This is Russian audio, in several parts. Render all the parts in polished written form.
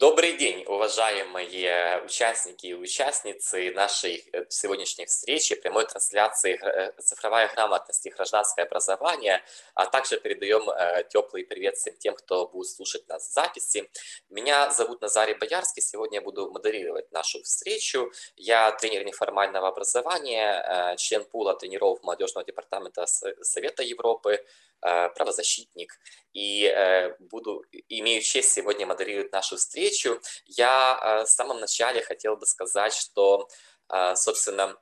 Добрый день, уважаемые участники и участницы нашей сегодняшней встречи, прямой трансляции «Цифровая грамотность и гражданское образование», а также передаем теплый привет всем тем, кто будет слушать нас в записи. Меня зовут Назарий Боярский, сегодня я буду модерировать нашу встречу. Я тренер неформального образования, член пула тренеров молодежного департамента Совета Европы, правозащитник, и имею честь сегодня модерировать нашу встречу. Я в самом начале хотел бы сказать, что, собственно,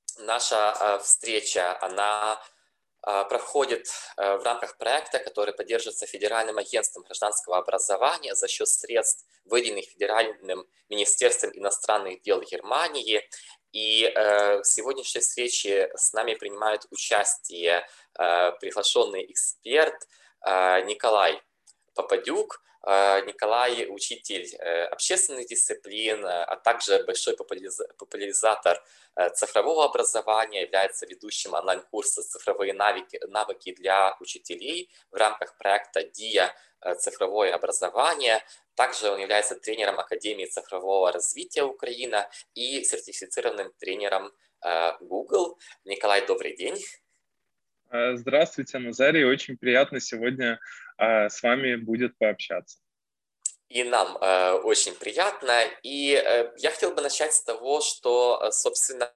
наша встреча, она проходит в рамках проекта, который поддерживается Федеральным агентством гражданского образования за счет средств, выделенных Федеральным министерством иностранных дел Германии. И в сегодняшней встрече с нами принимает участие приглашенный эксперт Николай Попадюк. Николай – учитель общественных дисциплин, а также большой популяризатор цифрового образования, является ведущим онлайн-курса «Цифровые навыки для учителей» в рамках проекта ДИА «Цифровое образование». Также он является тренером Академии цифрового развития Украины и сертифицированным тренером Google. Николай, добрый день. Здравствуйте, Назарий. Очень приятно сегодня с вами будет пообщаться. И нам очень приятно. И я хотел бы начать с того, что, собственно,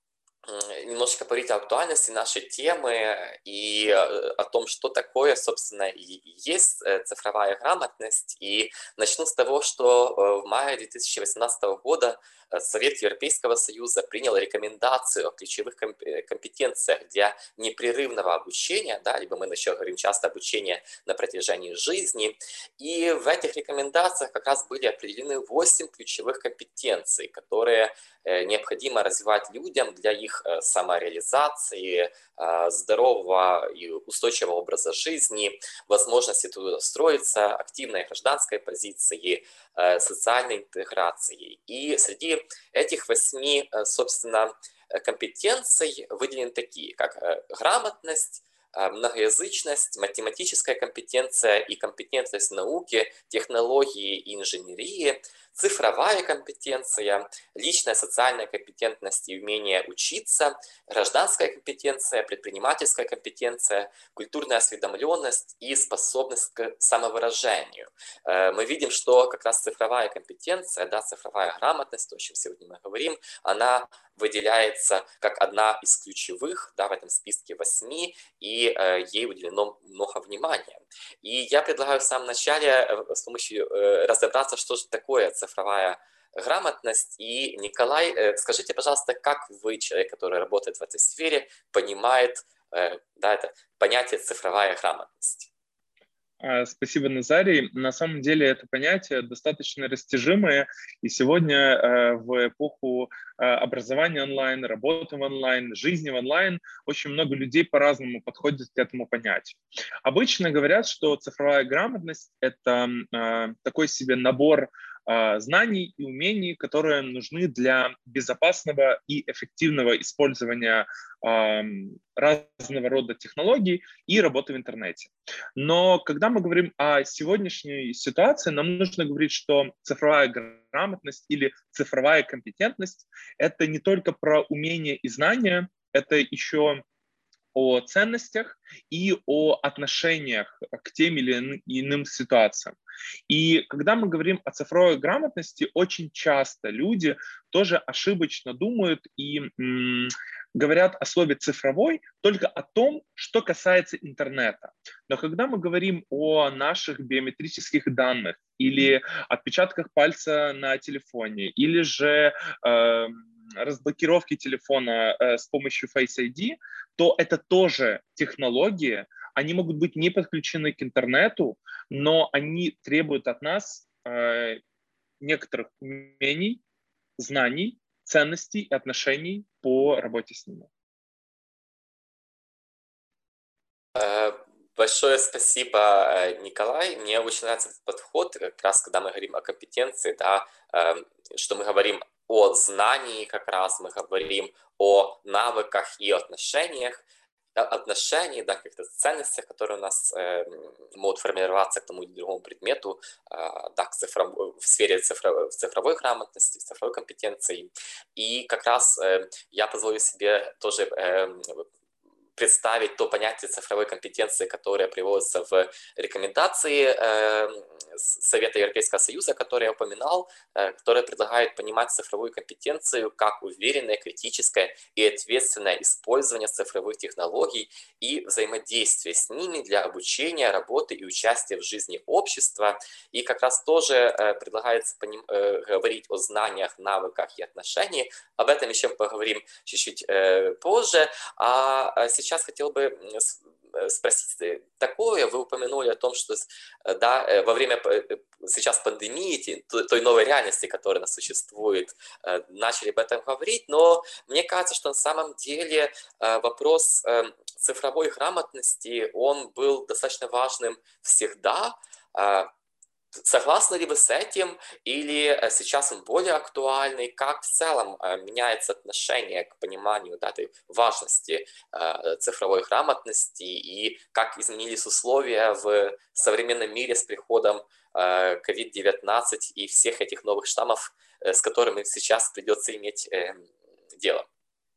немножко поговорить о актуальности нашей темы и о том, что такое, собственно, есть цифровая грамотность. И начну с того, что в мае 2018 года Совет Европейского Союза принял рекомендацию о ключевых компетенциях для непрерывного обучения, да, либо мы еще говорим часто обучение на протяжении жизни. И в этих рекомендациях как раз были определены 8 ключевых компетенций, которые необходимо развивать людям для их самореализации, здорового и устойчивого образа жизни, возможности трудоустроиться, активной гражданской позиции, социальной интеграции. И среди этих 8, собственно, компетенций выделены такие, как грамотность, многоязычность, математическая компетенция и компетентность в науке, технологии и инженерии, цифровая компетенция, личная социальная компетентность и умение учиться, гражданская компетенция, предпринимательская компетенция, культурная осведомленность и способность к самовыражению. Мы видим, что как раз цифровая компетенция, да, цифровая грамотность, то, о чем сегодня мы говорим, она выделяется как одна из ключевых, да, в этом списке 8, и ей уделено много внимания. И я предлагаю в самом начале с помощью разобраться, что же такое цифровая грамотность. И, Николай, скажите, пожалуйста, как вы, человек, который работает в этой сфере, понимает, да, это понятие цифровая грамотность? Спасибо, Назарий. На самом деле это понятие достаточно растяжимое, и сегодня в эпоху образования онлайн, работы в онлайн, жизни в онлайн очень много людей по-разному подходят к этому понятию. Обычно говорят, что цифровая грамотность – это такой себе набор знаний и умений, которые нужны для безопасного и эффективного использования разного рода технологий и работы в интернете. Но когда мы говорим о сегодняшней ситуации, нам нужно говорить, что цифровая грамотность или цифровая компетентность – это не только про умения и знания, это еще о ценностях и о отношениях к тем или иным ситуациям. И когда мы говорим о цифровой грамотности, очень часто люди тоже ошибочно думают и говорят о слове «цифровой» только о том, что касается интернета. Но когда мы говорим о наших биометрических данных или отпечатках пальца на телефоне, или же разблокировки телефона с помощью Face ID, то это тоже технологии, они могут быть не подключены к интернету, но они требуют от нас некоторых умений, знаний, ценностей и отношений по работе с ними. Большое спасибо, Николай. Мне очень нравится этот подход, как раз когда мы говорим о компетенции, да, что мы говорим о знании, как раз мы говорим о навыках и отношениях. отношений, да, каких-то ценностях, которые у нас могут формироваться к тому или другому предмету, да, в сфере цифровой грамотности, цифровой компетенции. И как раз я позволю себе тоже представить то понятие цифровой компетенции, которое приводится в рекомендации Совета Европейского Союза, который я упоминал, которое предлагает понимать цифровую компетенцию как уверенное, критическое и ответственное использование цифровых технологий и взаимодействие с ними для обучения, работы и участия в жизни общества. И как раз тоже предлагается говорить о знаниях, навыках и отношениях. Об этом еще поговорим чуть-чуть позже. А сейчас хотел бы спросить такое. Вы упомянули о том, что да, во время сейчас пандемии, той новой реальности, которая у нас существует, начали об этом говорить, но мне кажется, что на самом деле вопрос цифровой грамотности, он был достаточно важным всегда. Согласны ли вы с этим, или сейчас он более актуальный? Как в целом меняется отношение к пониманию, да, этой важности цифровой грамотности, и как изменились условия в современном мире с приходом COVID-19 и всех этих новых штаммов, с которыми сейчас придется иметь дело?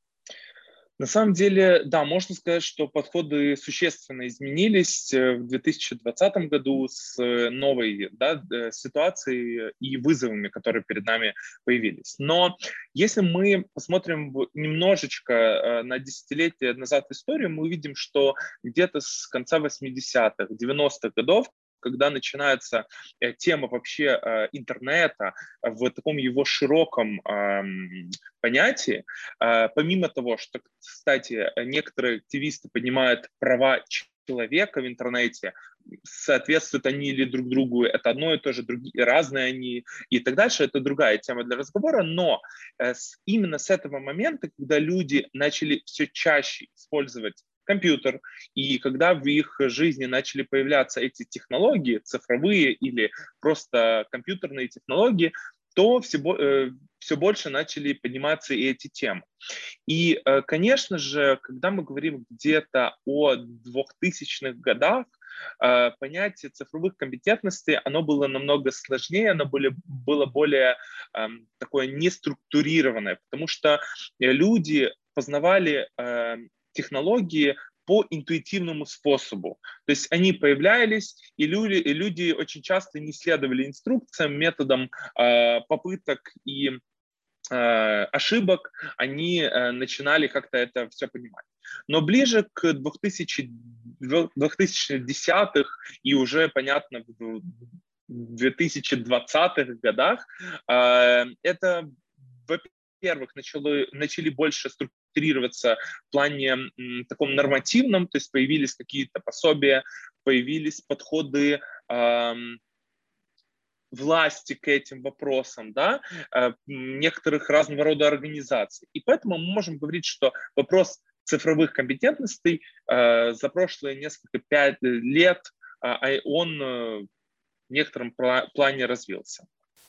На самом деле, да, можно сказать, что подходы существенно изменились в 2020 году с новой, да, ситуацией и вызовами, которые перед нами появились. Но если мы посмотрим немножечко на десятилетия назад в историю, мы увидим, что где-то с конца 80-х, 90-х годов, когда начинается тема вообще интернета в таком его широком понятии, помимо того, что, кстати, некоторые активисты поднимают права человека в интернете, соответствуют они или друг другу, это одно и то же, другие, разные они и так дальше, это другая тема для разговора, но именно с этого момента, когда люди начали все чаще использовать компьютер, и когда в их жизни начали появляться эти технологии, цифровые или просто компьютерные технологии, то все больше начали подниматься и эти темы. И, конечно же, когда мы говорим где-то о 2000-х годах, понятие цифровых компетентностей, оно было намного сложнее, оно было более такое неструктурированное, потому что люди познавали технологии по интуитивному способу. То есть они появлялись, и люди очень часто не следовали инструкциям, методам попыток и ошибок, они начинали как-то это все понимать. Но ближе к 2010-х и уже, понятно, в 2020-х годах это, во-первых, начали больше структурироваться в плане таком нормативном, то есть появились какие-то пособия, появились подходы власти к этим вопросам, да, некоторых разного рода организаций. И поэтому мы можем говорить, что вопрос цифровых компетентностей за прошлые несколько 5 лет он в некотором плане развился.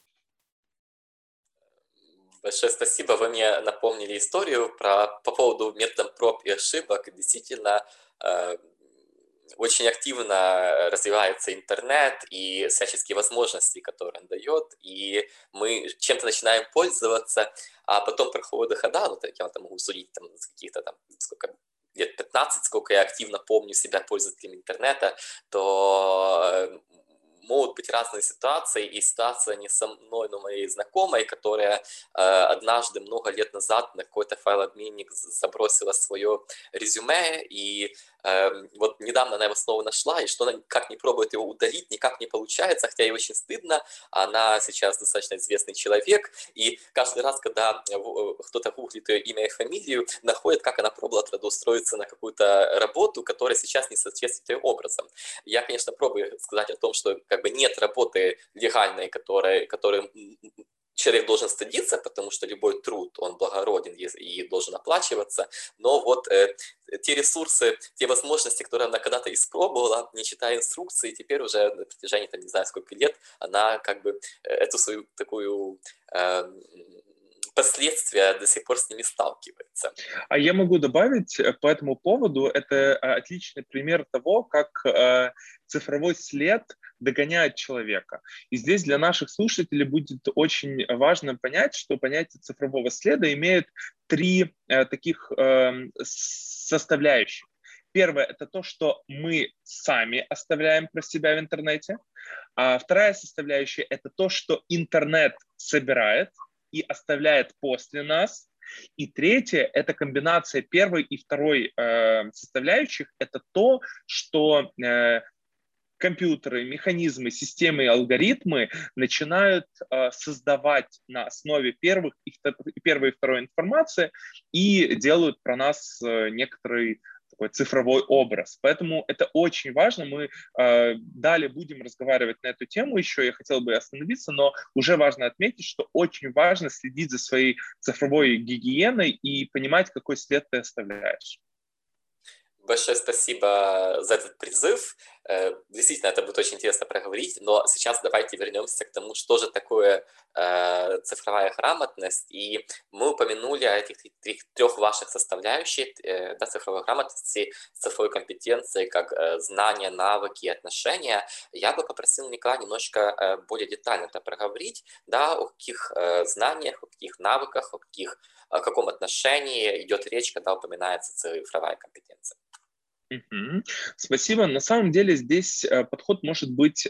Большое спасибо. Вы мне напомнили историю по поводу методов проб и ошибок. Действительно, очень активно развивается интернет и всяческие возможности, которые он дает, и мы чем-то начинаем пользоваться, а потом проходит хода, ну, так я там могу судить там, с каких-то там, сколько, лет 15, сколько я активно помню себя пользователем интернета, то могут быть разные ситуации, и ситуация не со мной, но моей знакомой, которая однажды, много лет назад, на какой-то файлообменник забросила свое резюме, и вот недавно она его снова нашла, и что она как не пробует его удалить, никак не получается, хотя ей очень стыдно, она сейчас достаточно известный человек, и каждый раз, когда кто-то гуглит ее имя и фамилию, находит, как она пробовала трудоустроиться на какую-то работу, которая сейчас не соответствует ее образом. Я, конечно, пробую сказать о том, что как бы нет работы легальной, которой человек должен стыдиться, потому что любой труд, он благороден и должен оплачиваться, но вот те ресурсы, те возможности, которые она когда-то испробовала, не читая инструкции, теперь уже на протяжении, там, не знаю, сколько лет, она как бы эту свою такую последствия до сих пор с ними сталкивается. А я могу добавить по этому поводу, это отличный пример того, как цифровой след догоняет человека. И здесь для наших слушателей будет очень важно понять, что понятие цифрового следа имеет три таких составляющих. Первое – это то, что мы сами оставляем про себя в интернете. А вторая составляющая – это то, что интернет собирает и оставляет после нас. И третье – это комбинация первой и второй составляющих. Это то, что компьютеры, механизмы, системы и алгоритмы начинают создавать на основе первой и второй информации и делают про нас некоторый такой цифровой образ. Поэтому это очень важно. Мы далее будем разговаривать на эту тему еще. Я хотел бы остановиться, но уже важно отметить, что очень важно следить за своей цифровой гигиеной и понимать, какой след ты оставляешь. Большое спасибо за этот призыв. Действительно, это будет очень интересно проговорить, но сейчас давайте вернемся к тому, что же такое цифровая грамотность. И мы упомянули о этих трех ваших составляющих да, цифровой грамотности, цифровой компетенции, как знания, навыки и отношения. Я бы попросил Николая немножко более детально это проговорить, да, о каких знаниях, о каких навыках, о каком отношении идет речь, когда упоминается цифровая компетенция. Спасибо. На самом деле здесь подход может быть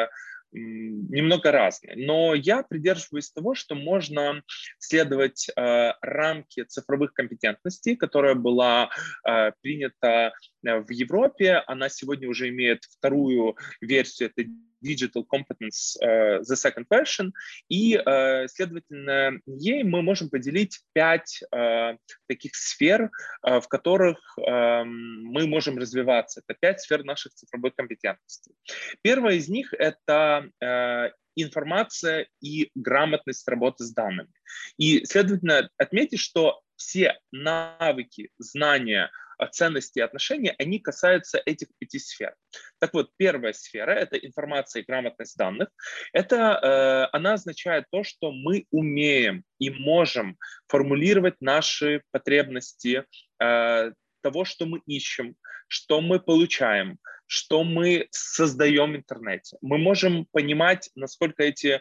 немного разный, но я придерживаюсь того, что можно следовать рамке цифровых компетентностей, которая была принята в Европе. Она сегодня уже имеет вторую версию, это Digital Competence The Second Version, и, следовательно, ей мы можем поделить 5 таких сфер, в которых мы можем развиваться. Это 5 сфер наших цифровых компетентностей. Первая из них – это информация и грамотность работы с данными. И, следовательно, отметить, что все навыки, знания, ценности и отношения, они касаются этих 5 сфер. Так вот, первая сфера – это информация и грамотность данных. Она означает то, что мы умеем и можем формулировать наши потребности, того, что мы ищем, что мы получаем, что мы создаем в интернете. Мы можем понимать, насколько эти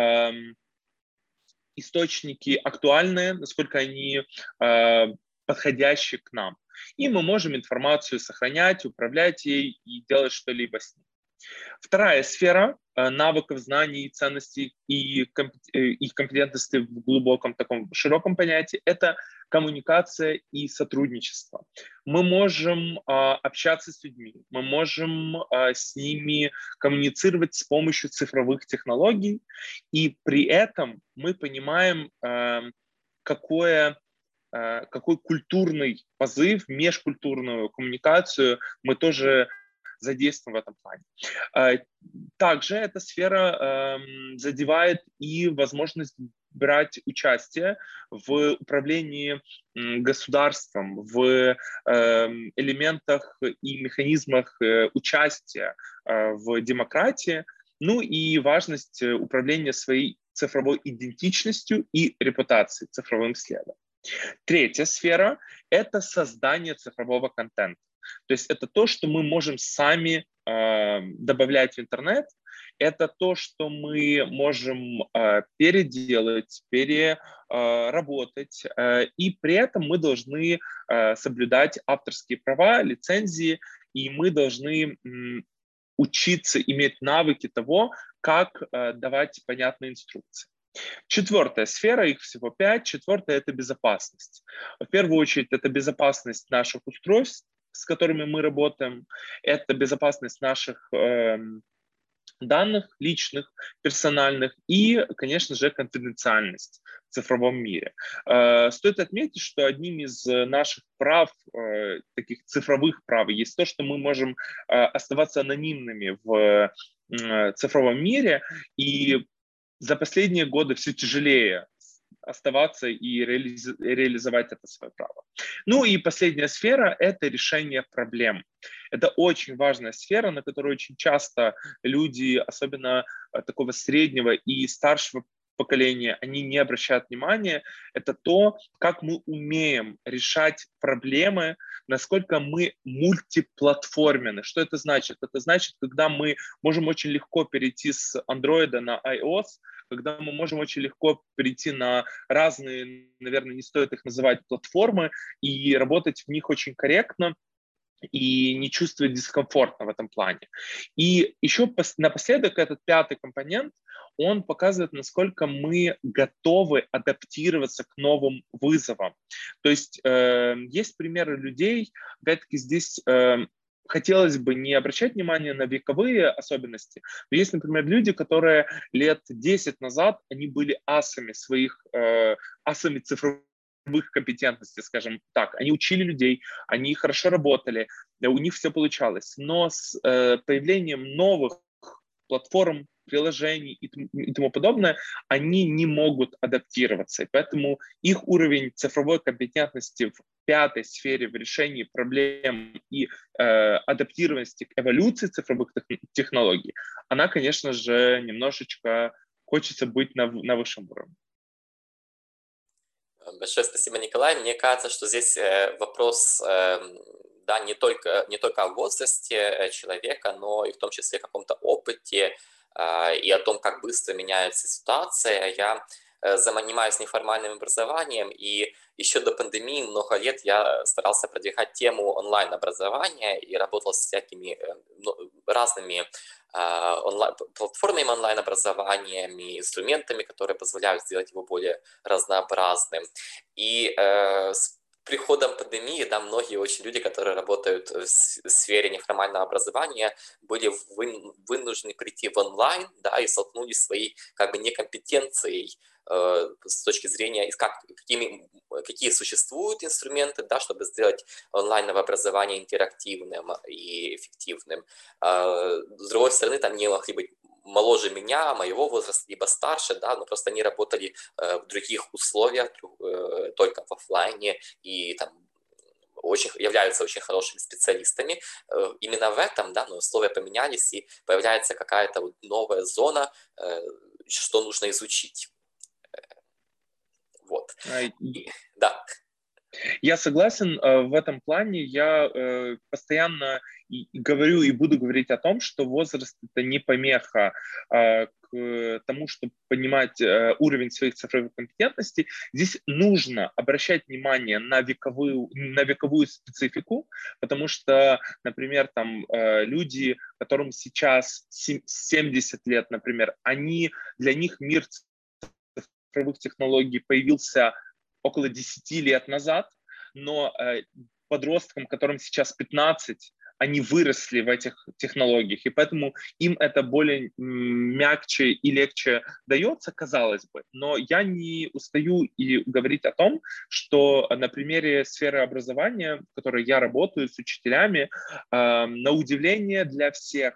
источники актуальны, насколько они подходящие к нам. И мы можем информацию сохранять, управлять ей и делать что-либо с ней. Вторая сфера навыков, знаний, ценностей и компетентности в глубоком таком широком понятии – это коммуникация и сотрудничество. Мы можем общаться с людьми, мы можем с ними коммуницировать с помощью цифровых технологий, и при этом мы понимаем, какой культурный позыв, межкультурную коммуникацию мы тоже задействован в этом плане. Также эта сфера задевает и возможность брать участие в управлении государством, в элементах и механизмах участия в демократии, ну и важность управления своей цифровой идентичностью и репутацией, цифровым следом. Третья сфера – это создание цифрового контента. То есть это то, что мы можем сами добавлять в интернет, это то, что мы можем переделать, переработать, и при этом мы должны соблюдать авторские права, лицензии, и мы должны учиться, иметь навыки того, как давать понятные инструкции. Четвертая сфера, их всего 5. Четвертая – это безопасность. В первую очередь, это безопасность наших устройств, с которыми мы работаем, это безопасность наших данных личных, персональных и, конечно же, конфиденциальность в цифровом мире. Стоит отметить, что одним из наших прав, таких цифровых прав, есть то, что мы можем оставаться анонимными в цифровом мире, и за последние годы все тяжелее оставаться и реализовать это свое право. Ну и последняя сфера – это решение проблем. Это очень важная сфера, на которую очень часто люди, особенно такого среднего и старшего поколения, они не обращают внимания, это то, как мы умеем решать проблемы, насколько мы мультиплатформенны. Что это значит? Это значит, когда мы можем очень легко перейти с Android на iOS, когда мы можем очень легко перейти на разные, наверное, не стоит их называть платформы, и работать в них очень корректно, и не чувствовать дискомфортно в этом плане. И еще напоследок этот пятый компонент, он показывает, насколько мы готовы адаптироваться к новым вызовам. То есть есть примеры людей, опять-таки здесь хотелось бы не обращать внимание на вековые особенности, но есть, например, люди, которые лет 10 назад, они были асами цифровых компетентности, скажем так. Они учили людей, они хорошо работали, у них все получалось. Но с появлением новых платформ, приложений и тому подобное, они не могут адаптироваться. И поэтому их уровень цифровой компетентности в пятой сфере в решении проблем и адаптированности к эволюции цифровых технологий, она, конечно же, немножечко хочется быть на высшем уровне. Большое спасибо, Николай. Мне кажется, что здесь вопрос, да, не только о возрасте человека, но и в том числе о каком-то опыте и о том, как быстро меняется ситуация. Я занимаюсь неформальным образованием, и еще до пандемии много лет я старался продвигать тему онлайн-образования и работал с всякими разными платформами онлайн-образованиями, инструментами, которые позволяют сделать его более разнообразным. И с приходом пандемии, да, многие очень люди, которые работают в сфере неформального образования, были вынуждены прийти в онлайн, да, и столкнулись с своей как бы некомпетенцией с точки зрения, какие существуют инструменты, да, чтобы сделать онлайновое образование интерактивным и эффективным. С другой стороны, там не могли быть моложе меня, моего возраста, либо старше, да, но просто они работали в других условиях, только в офлайне, и там являются очень хорошими специалистами. Именно в этом, да, но условия поменялись, и появляется какая-то вот новая зона, что нужно изучить. Вот. Да. Я согласен в этом плане. Я постоянно говорю и буду говорить о том, что возраст – это не помеха к тому, чтобы понимать уровень своих цифровых компетентностей. Здесь нужно обращать внимание на вековую специфику, потому что, например, там люди, которым сейчас 70 лет, например, для них мир цифровых технологий появился около 10 лет назад, но подросткам, которым сейчас 15, они выросли в этих технологиях, и поэтому им это более мягче и легче дается, казалось бы. Но я не устаю и говорить о том, что на примере сферы образования, в которой я работаю с учителями, на удивление для всех,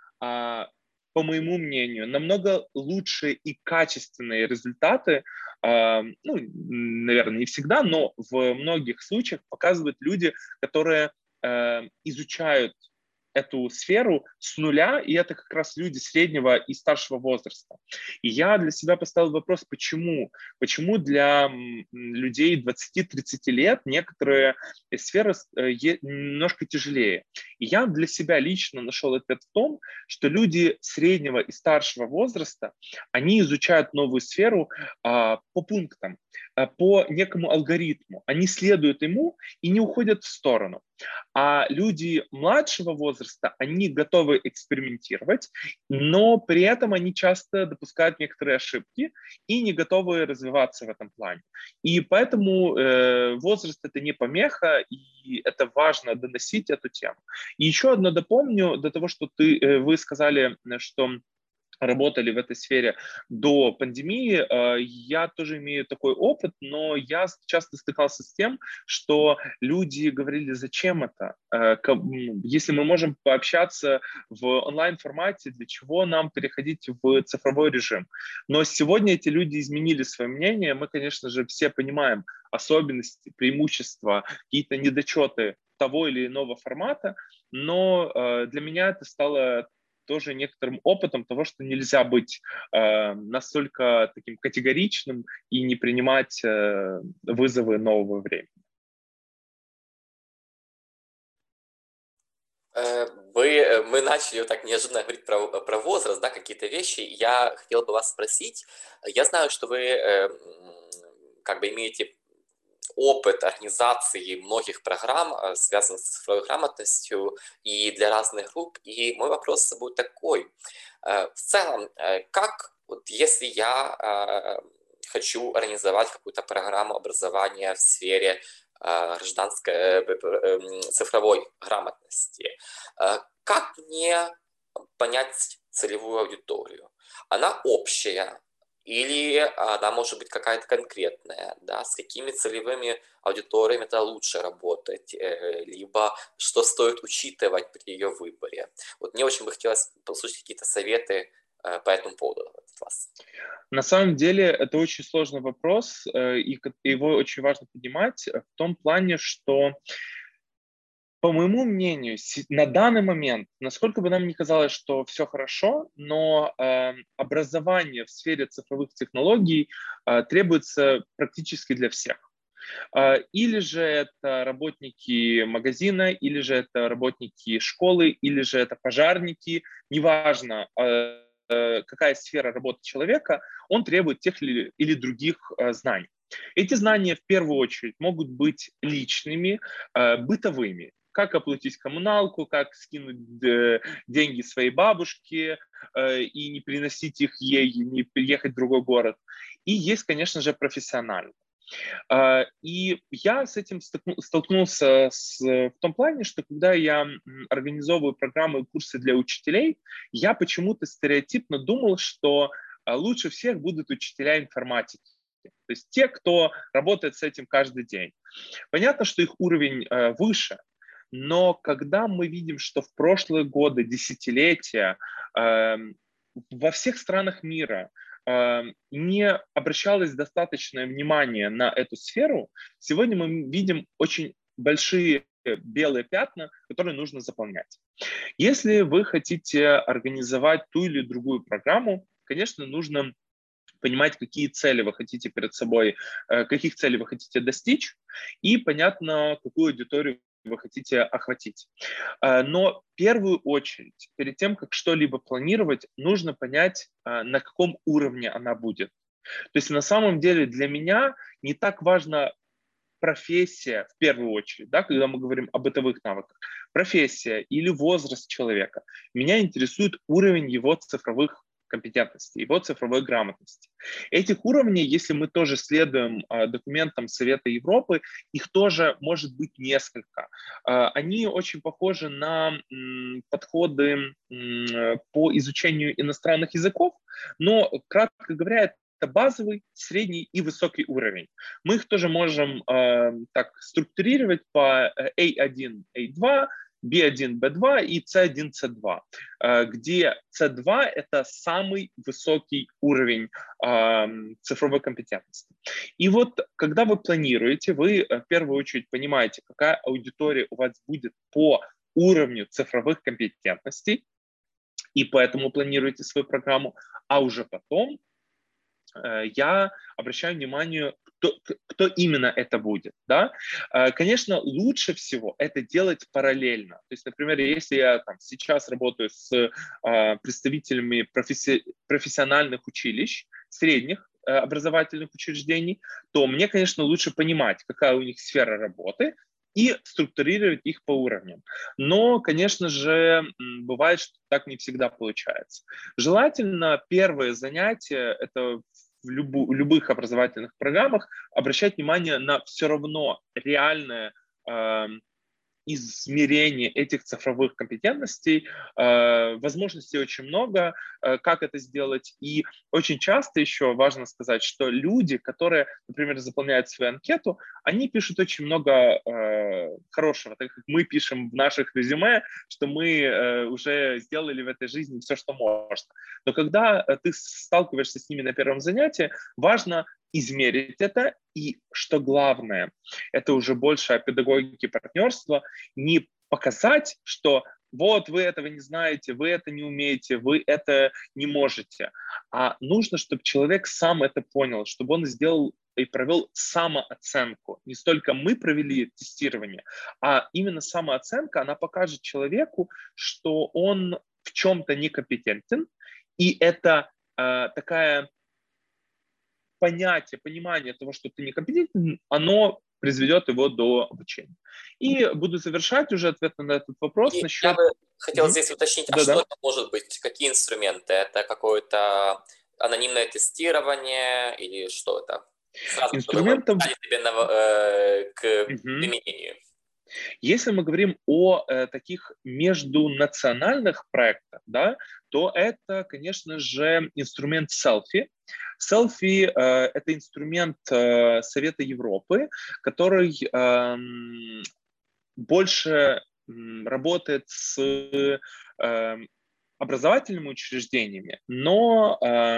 по моему мнению, намного лучшие и качественные результаты, ну, наверное, не всегда, но в многих случаях показывают люди, которые изучают эту сферу с нуля, и это как раз люди среднего и старшего возраста. И я для себя поставил вопрос, почему? Почему для людей 20-30 лет некоторые сферы немножко тяжелее? И я для себя лично нашел ответ в том, что люди среднего и старшего возраста, они изучают новую сферу по пунктам, по некому алгоритму. Они следуют ему и не уходят в сторону. А люди младшего возраста, они готовы экспериментировать, но при этом они часто допускают некоторые ошибки и не готовы развиваться в этом плане. И поэтому возраст – это не помеха, и это важно доносить эту тему. И еще одно дополню, до того, что вы сказали, что работали в этой сфере до пандемии, я тоже имею такой опыт, но я часто стыкался с тем, что люди говорили, зачем это? Если мы можем пообщаться в онлайн-формате, для чего нам переходить в цифровой режим? Но сегодня эти люди изменили свое мнение, мы, конечно же, все понимаем особенности, преимущества, какие-то недочеты того или иного формата, но для меня это стало тоже некоторым опытом того, что нельзя быть настолько таким категоричным и не принимать вызовы нового времени. Мы начали вот так неожиданно говорить про возраст, да, какие-то вещи. Я хотел бы вас спросить. Я знаю, что вы как бы имеете опыт организации многих программ, связанных с цифровой грамотностью и для разных групп. И мой вопрос будет такой. В целом, как, вот если я хочу организовать какую-то программу образования в сфере гражданской цифровой грамотности, как мне понять целевую аудиторию? Она общая, или она может быть какая-то конкретная, да, с какими целевыми аудиториями это лучше работать, либо что стоит учитывать при ее выборе. Вот мне очень бы хотелось послушать какие-то советы по этому поводу от вас. На самом деле это очень сложный вопрос, и его очень важно поднимать в том плане, что, по моему мнению, на данный момент, насколько бы нам ни казалось, что все хорошо, но образование в сфере цифровых технологий требуется практически для всех. Или же это работники магазина, или же это работники школы, или же это пожарники, неважно, какая сфера работы человека, он требует тех или других знаний. Эти знания в первую очередь могут быть личными, бытовыми. Как оплатить коммуналку, как скинуть деньги своей бабушке и не приносить их ей, не переехать в другой город. И есть, конечно же, профессиональные. И я с этим столкнулся в том плане, что когда я организовываю программы и курсы для учителей, я почему-то стереотипно думал, что лучше всех будут учителя информатики. То есть те, кто работает с этим каждый день. Понятно, что их уровень выше, но когда мы видим, что в прошлые годы, десятилетия во всех странах мира не обращалось достаточное внимание на эту сферу, сегодня мы видим очень большие белые пятна, которые нужно заполнять. Если вы хотите организовать ту или другую программу, конечно, нужно понимать, какие цели вы хотите перед собой, каких целей вы хотите достичь, и понятно, какую аудиторию вы хотите охватить. Но в первую очередь, перед тем, как что-либо планировать, нужно понять, на каком уровне она будет. То есть на самом деле для меня не так важна профессия в первую очередь, да, когда мы говорим о бытовых навыках, профессия или возраст человека. Меня интересует уровень его цифровых компетентности, его цифровой грамотности. Этих уровней, если мы тоже следуем документам Совета Европы, их тоже может быть несколько. Они очень похожи на подходы по изучению иностранных языков, но, кратко говоря, это базовый, средний и высокий уровень. Мы их тоже можем так структурировать по A1, A2, B1, B2 и C1, C2, где C2 – это самый высокий уровень цифровой компетентности. И вот когда вы планируете, вы в первую очередь понимаете, какая аудитория у вас будет по уровню цифровых компетентностей, и поэтому планируете свою программу, а уже потом я обращаю внимание, кто именно это будет. Да? Конечно, лучше всего это делать параллельно. То есть, например, если я сейчас работаю с представителями профессиональных училищ, средних образовательных учреждений, то мне, конечно, лучше понимать, какая у них сфера работы, и структурировать их по уровням. Но, конечно же, бывает, что так не всегда получается. Желательно первое занятие, это в любых образовательных программах, обращать внимание на все равно реальное измерение этих цифровых компетентностей. Возможностей очень много, как это сделать. И очень часто еще важно сказать, что люди, которые, например, заполняют свою анкету, они пишут очень много хорошего, так как мы пишем в наших резюме, что мы уже сделали в этой жизни все, что можно. Но когда ты сталкиваешься с ними на первом занятии, важно измерить это, и, что главное, это уже больше о педагогике партнерства, не показать, что вот вы этого не знаете, вы это не умеете, вы это не можете. А нужно, чтобы человек сам это понял, чтобы он сделал и провел самооценку. Не столько мы провели тестирование, а именно самооценка, она покажет человеку, что он в чем-то некомпетентен, и это такая понятие, понимание того, что ты некомпетентен, оно произведет его до обучения. И буду завершать уже ответ на этот вопрос И я насчет... бы хотел здесь уточнить, а что Да-да. это может быть, какие инструменты? Это какое-то анонимное тестирование или что это? Сразу, чтобы мы Инструментов... стали тебе к Мгм. применению. Если мы говорим о таких междунациональных проектах, да, то это, конечно же, инструмент селфи. Селфи это инструмент Совета Европы, который больше работает с образовательными учреждениями, но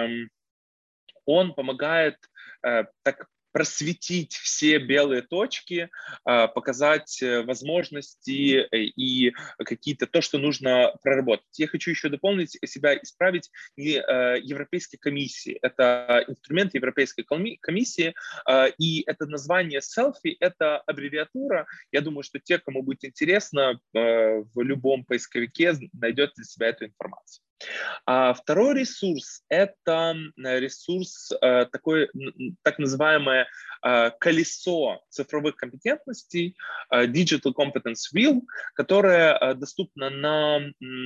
он помогает так просветить все белые точки, показать возможности и какие-то то, что нужно проработать. Я хочу еще дополнить себя, исправить не Европейской комиссии. Это инструмент Европейской комиссии, и это название селфи, это аббревиатура. Я думаю, что те, кому будет интересно, в любом поисковике найдет для себя эту информацию. А второй ресурс – это ресурс такой, так называемое колесо цифровых компетентностей, Digital Competence Wheel, которое доступно на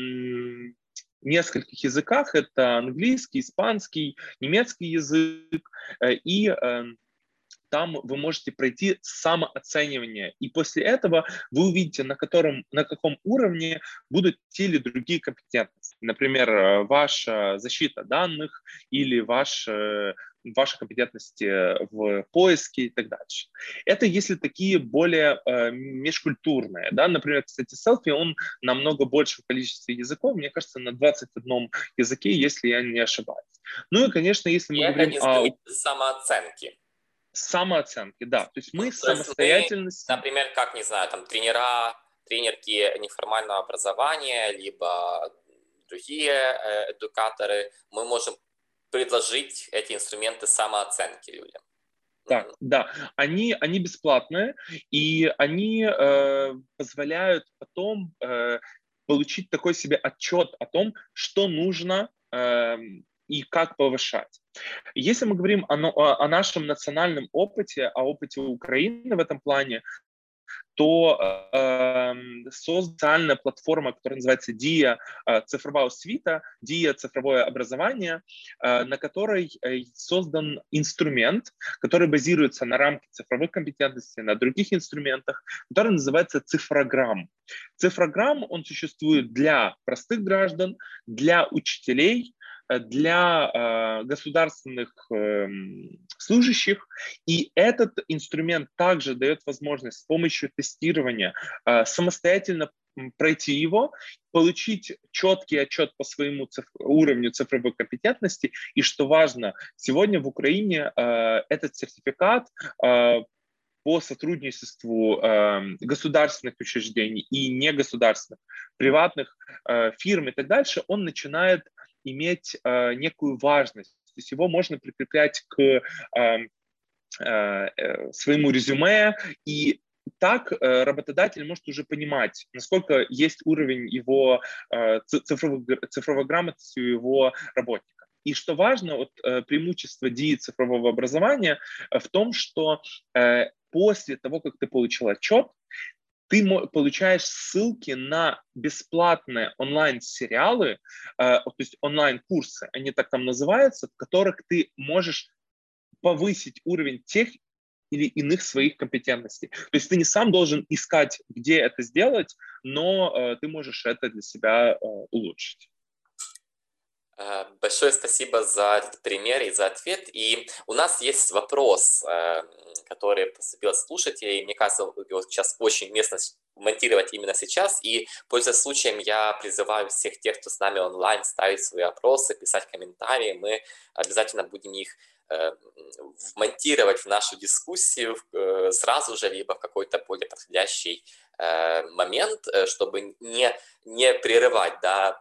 нескольких языках. Это английский, испанский, немецкий язык. И там вы можете пройти самооценивание. И после этого вы увидите, на каком уровне будут те или другие компетентности. Например, ваша защита данных или ваши компетентности в поиске и так дальше. Это если такие более межкультурные. Да? Например, кстати, селфи, он намного большем количестве языков, мне кажется, на 21 языке, если я не ошибаюсь. Ну и, конечно, если И мы это говорим о инструмент самооценки. самооценки, да. То есть мы То есть мы, самостоятельность, например, как, не знаю, там тренерки неформального образования, либо другие эдукаторы, мы можем предложить эти инструменты самооценки людям. так, да, они бесплатные, и они позволяют потом получить такой себе отчет о том, что нужно и как повышать. Если мы говорим о нашем национальном опыте, о опыте Украины в этом плане, то социальная платформа, которая называется ДИА цифровая свита, ДИА цифровое образование, на которой создан инструмент, который базируется на рамке цифровых компетентностей, на других инструментах, который называется цифрограмм. Цифрограмм, он существует для простых граждан, для учителей, для государственных служащих, и этот инструмент также дает возможность с помощью тестирования самостоятельно пройти его, получить четкий отчет по своему уровню цифровой компетентности. И что важно, сегодня в Украине этот сертификат по сотрудничеству государственных учреждений и негосударственных, приватных фирм и так дальше, он начинает иметь некую важность. То есть его можно прикреплять к своему резюме, и так работодатель может уже понимать, насколько есть уровень его цифровой грамотности у его работника. И что важно, вот, преимущество ДИИ цифрового образования в том, что после того, как ты получил отчет, ты получаешь ссылки на бесплатные онлайн-сериалы, то есть онлайн-курсы, они так там называются, в которых ты можешь повысить уровень тех или иных своих компетентностей. То есть ты не сам должен искать, где это сделать, но ты можешь это для себя улучшить. Большое спасибо за этот пример и за ответ. И у нас есть вопрос, который поступил от слушателей. Мне кажется, его сейчас очень уместно монтировать именно сейчас. И, пользуясь случаем, я призываю всех тех, кто с нами онлайн, ставить свои вопросы, писать комментарии. Мы обязательно будем их вмонтировать в нашу дискуссию сразу же, либо в какой-то более подходящий момент, чтобы не прерывать, да,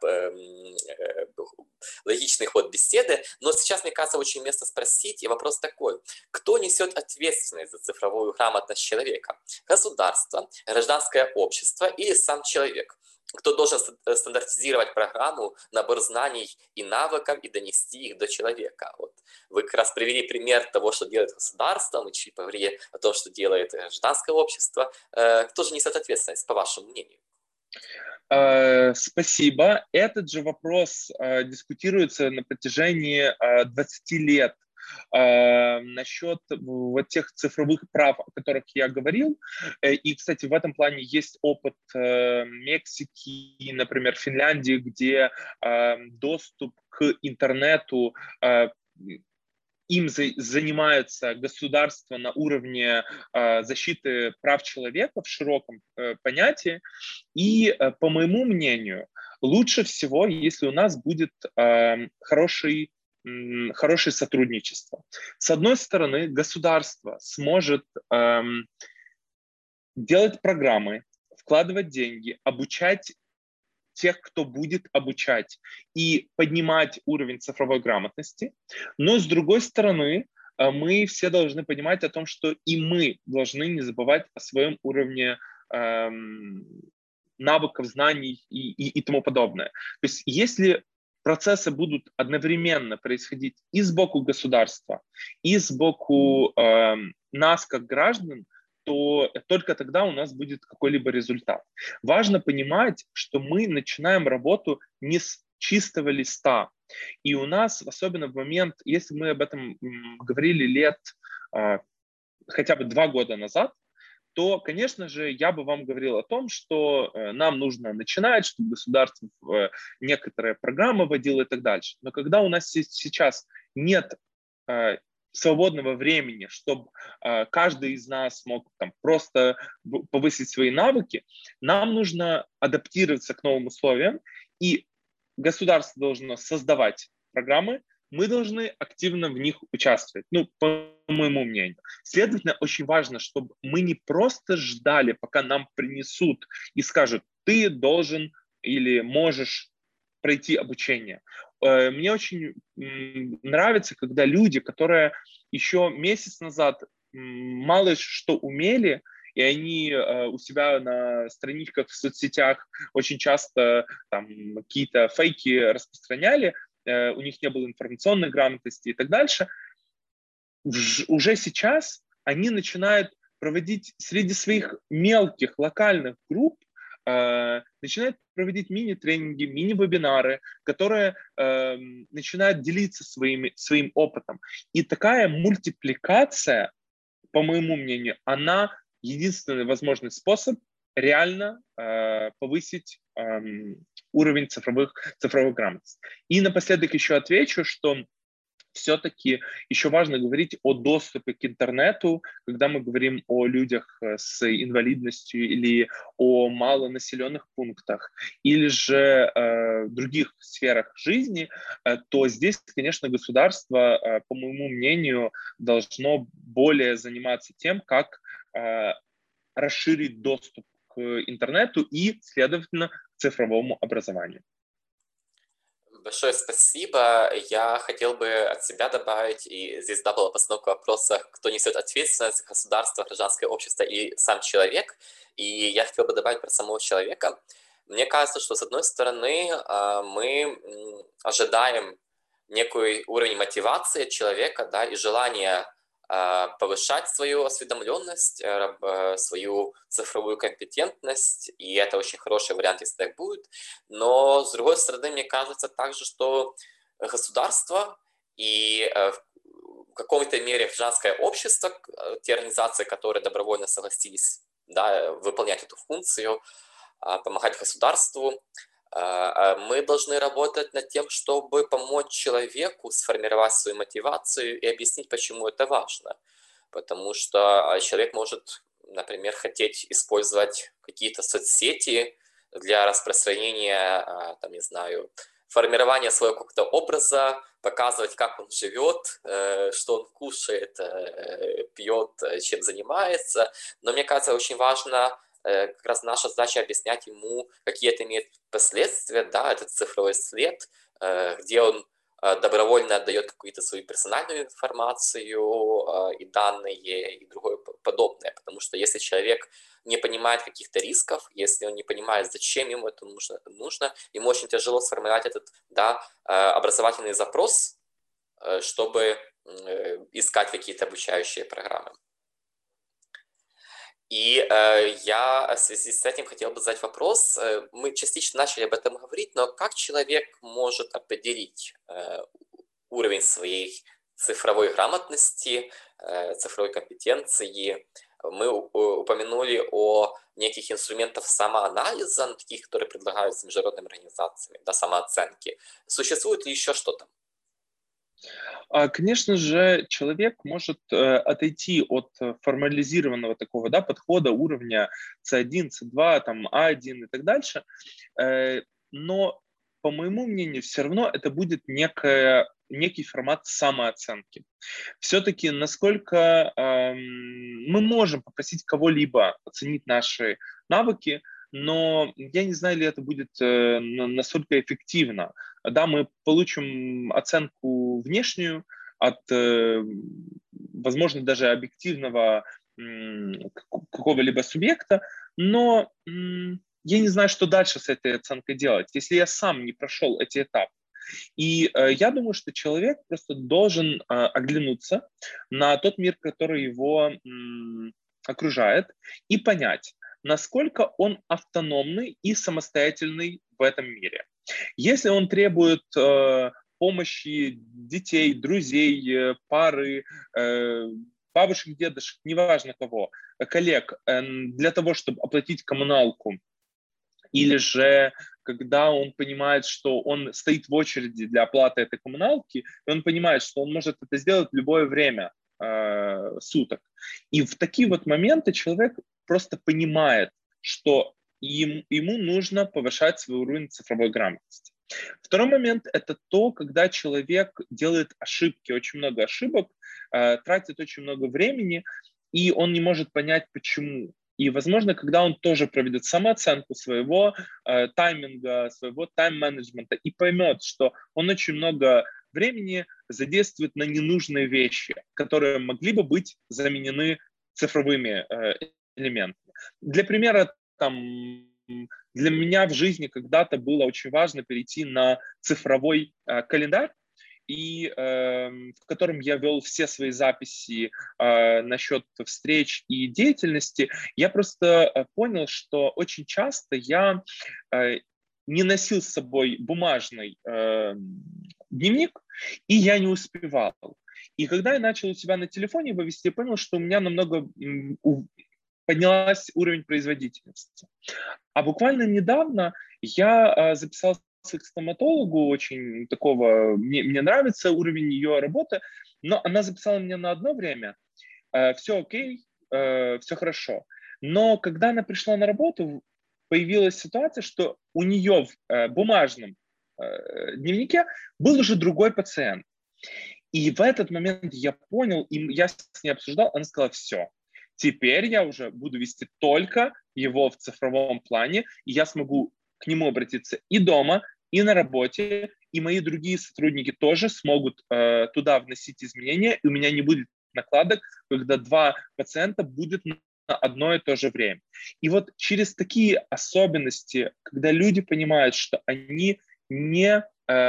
логичный ход беседы. Но сейчас, мне кажется, очень уместно спросить, и вопрос такой: кто несет ответственность за цифровую грамотность человека? Государство, гражданское общество или сам человек? Кто должен стандартизировать программу, набор знаний и навыков и донести их до человека? Вот вы как раз привели пример того, что делает государство, мы чуть поговорили о том, что делает гражданское общество. Кто же несет ответственность, по вашему мнению? Спасибо. Этот же вопрос дискутируется на протяжении 20 лет. Насчет вот тех цифровых прав, о которых я говорил. И, кстати, в этом плане есть опыт Мексики, например, Финляндии, где доступ к интернету им занимается государство на уровне защиты прав человека в широком понятии. И, по моему мнению, лучше всего, если у нас будет хорошее сотрудничество. С одной стороны, государство сможет делать программы, вкладывать деньги, обучать тех, кто будет обучать, и поднимать уровень цифровой грамотности. Но, с другой стороны, мы все должны понимать о том, что и мы должны не забывать о своем уровне навыков, знаний и тому подобное. То есть если процессы будут одновременно происходить и сбоку государства, и сбоку нас, как граждан, то только тогда у нас будет какой-либо результат. Важно понимать, что мы начинаем работу не с чистого листа. И у нас, особенно в момент, если мы об этом говорили лет хотя бы 2 года назад, то, конечно же, я бы вам говорил о том, что нам нужно начинать, чтобы государство некоторые программы вводило и так дальше. Но когда у нас сейчас нет свободного времени, чтобы каждый из нас мог там просто повысить свои навыки, нам нужно адаптироваться к новым условиям, и государство должно создавать программы, мы должны активно в них участвовать, по моему мнению. Следовательно, очень важно, чтобы мы не просто ждали, пока нам принесут и скажут: ты должен или можешь пройти обучение. Мне очень нравится, когда люди, которые еще месяц назад мало что умели, и они у себя на страничках в соцсетях очень часто там какие-то фейки распространяли, у них не было информационной грамотности и так дальше, уже сейчас они начинают проводить среди своих мелких локальных групп, начинают проводить мини-тренинги, мини-вебинары, которые начинают делиться своим опытом. И такая мультипликация, по моему мнению, она единственный возможный способ реально повысить уровень цифровой грамотности. И напоследок еще отвечу, что все-таки еще важно говорить о доступе к интернету, когда мы говорим о людях с инвалидностью или о малонаселенных пунктах, или же других сферах жизни, то здесь, конечно, государство, по моему мнению, должно более заниматься тем, как расширить доступ к интернету и, следовательно, к цифровому образованию. Большое спасибо. Я хотел бы от себя добавить, и здесь была постановка вопроса, кто несет ответственность: государство, гражданское общество и сам человек. И я хотел бы добавить про самого человека. Мне кажется, что, с одной стороны, мы ожидаем некий уровень мотивации человека, да, и желания повышать свою осведомленность, свою цифровую компетентность, и это очень хороший вариант, если так будет. Но, с другой стороны, мне кажется также, что государство и в какой-то мере гражданское общество, те организации, которые добровольно согласились, да, выполнять эту функцию, помогать государству, мы должны работать над тем, чтобы помочь человеку сформировать свою мотивацию и объяснить, почему это важно. Потому что человек может, например, хотеть использовать какие-то соцсети для распространения, там, не знаю, формирования своего какого-то образа, показывать, как он живет, что он кушает, пьет, чем занимается. Но мне кажется, очень важно как раз наша задача объяснять ему, какие это имеет последствия, да, этот цифровой след, где он добровольно отдает какую-то свою персональную информацию и данные и другое подобное. Потому что если человек не понимает каких-то рисков, если он не понимает, зачем ему это нужно, ему очень тяжело сформировать этот, да, образовательный запрос, чтобы искать какие-то обучающие программы. И я в связи с этим хотел бы задать вопрос. Мы частично начали об этом говорить, но как человек может определить уровень своей цифровой грамотности, цифровой компетенции? Мы упомянули о неких инструментах самоанализа, таких, которые предлагаются международными организациями, да, самооценки. Существует ли еще что-то? Конечно же, человек может отойти от формализированного такого, да, подхода уровня C1, C2, там, A1 и так дальше, но, по моему мнению, все равно это будет некий формат самооценки. Все-таки насколько мы можем попросить кого-либо оценить наши навыки, но я не знаю, ли это будет настолько эффективно. Да, мы получим оценку внешнюю от, возможно, даже объективного какого-либо субъекта, но я не знаю, что дальше с этой оценкой делать, если я сам не прошел эти этапы. И я думаю, что человек просто должен оглянуться на тот мир, который его окружает, и понять, насколько он автономный и самостоятельный в этом мире. Если он требует помощи детей, друзей, пары, бабушек, дедушек, неважно кого, коллег, для того, чтобы оплатить коммуналку, или же когда он понимает, что он стоит в очереди для оплаты этой коммуналки, и он понимает, что он может это сделать в любое время суток. И в такие вот моменты человек просто понимает, что ему нужно повышать свой уровень цифровой грамотности. Второй момент – это то, когда человек делает ошибки, очень много ошибок, тратит очень много времени, и он не может понять, почему. И, возможно, когда он тоже проведет самооценку своего тайминга, своего тайм-менеджмента и поймет, что он очень много времени задействует на ненужные вещи, которые могли бы быть заменены цифровыми элементами. Для примера, там, для меня в жизни когда-то было очень важно перейти на цифровой календарь, и в котором я вел все свои записи насчет встреч и деятельности, я просто понял, что очень часто я не носил с собой бумажный дневник, и я не успевал. И когда я начал у себя на телефоне его вести, я понял, что у меня намного поднялась уровень производительности. А буквально недавно я записался к стоматологу, очень такого, мне нравится уровень ее работы, но она записала меня на одно время, все окей, все хорошо. Но когда она пришла на работу, появилась ситуация, что у нее в бумажном дневнике был уже другой пациент. И в этот момент я понял, и я с ней обсуждал, она сказала, все, теперь я уже буду вести только его в цифровом плане, и я смогу к нему обратиться и дома, и на работе, и мои другие сотрудники тоже смогут туда вносить изменения, и у меня не будет накладок, когда два пациента будут на одно и то же время. И вот через такие особенности, когда люди понимают, что они не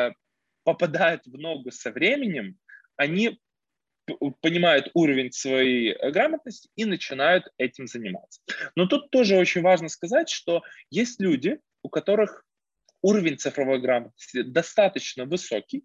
попадают в ногу со временем, они понимают уровень своей грамотности и начинают этим заниматься. Но тут тоже очень важно сказать, что есть люди, у которых уровень цифровой грамотности достаточно высокий,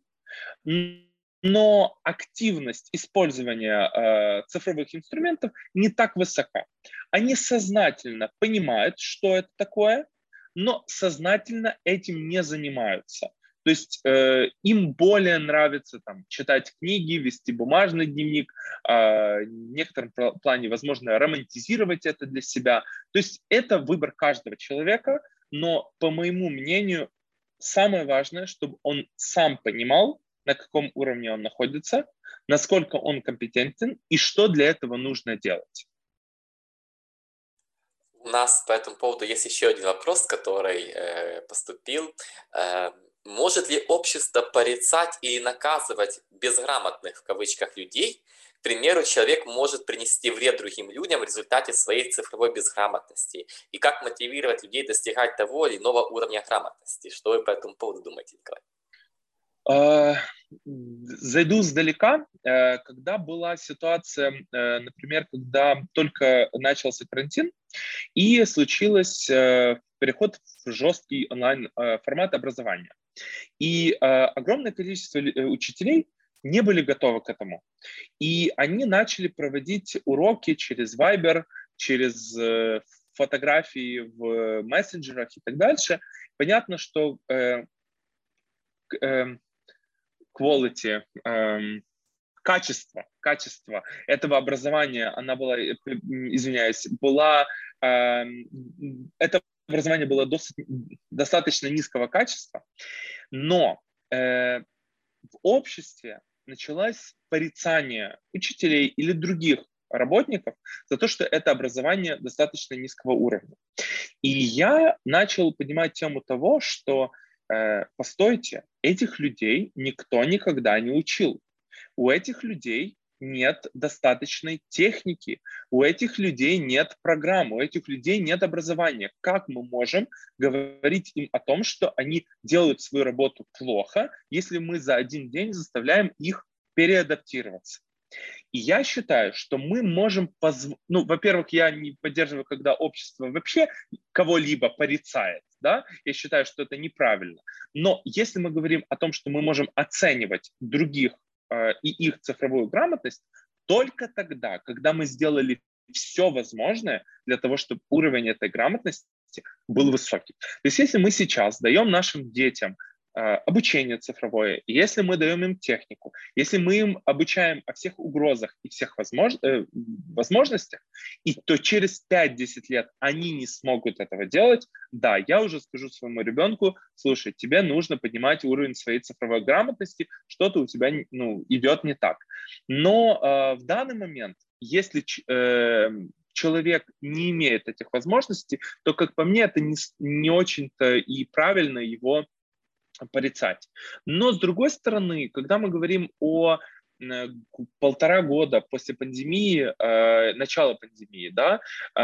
но активность использования цифровых инструментов не так высока. Они сознательно понимают, что это такое, но сознательно этим не занимаются. То есть им более нравится там, читать книги, вести бумажный дневник, в некотором плане, возможно, романтизировать это для себя. То есть это выбор каждого человека, но, по моему мнению, самое важное, чтобы он сам понимал, на каком уровне он находится, насколько он компетентен и что для этого нужно делать. У нас по этому поводу есть еще один вопрос, который поступил. Может ли общество порицать или наказывать безграмотных, в кавычках, людей? К примеру, человек может принести вред другим людям в результате своей цифровой безграмотности. И как мотивировать людей достигать того или иного уровня грамотности? Что вы по этому поводу думаете, Николай? Зайду сдалека. Когда была ситуация, например, когда только начался карантин, и случилось переход в жесткий онлайн-формат образования. И огромное количество учителей не были готовы к этому. И они начали проводить уроки через Viber, через фотографии в мессенджерах и так дальше. Понятно, что quality, качество этого образования, она была, извиняюсь, это образование было достаточно низкого качества, но в обществе началось порицание учителей или других работников за то, что это образование достаточно низкого уровня. И я начал поднимать тему того, что постойте, этих людей никто никогда не учил. У этих людей нет достаточной техники, у этих людей нет программ, у этих людей нет образования. Как мы можем говорить им о том, что они делают свою работу плохо, если мы за один день заставляем их переадаптироваться? И я считаю, что мы можем во-первых, я не поддерживаю, когда общество вообще кого-либо порицает, да, я считаю, что это неправильно. Но если мы говорим о том, что мы можем оценивать других и их цифровую грамотность, только тогда, когда мы сделали все возможное для того, чтобы уровень этой грамотности был высокий. То есть если мы сейчас даем нашим детям обучение цифровое, если мы даем им технику, если мы им обучаем о всех угрозах и всех возможностях, и то через 5-10 лет они не смогут этого делать, да, я уже скажу своему ребенку: слушай, тебе нужно поднимать уровень своей цифровой грамотности, что-то у тебя идет не так. Но в данный момент, если человек не имеет этих возможностей, то, как по мне, это не очень-то и правильно его порицать. Но, с другой стороны, когда мы говорим о 1,5 года после пандемии, начала пандемии, да,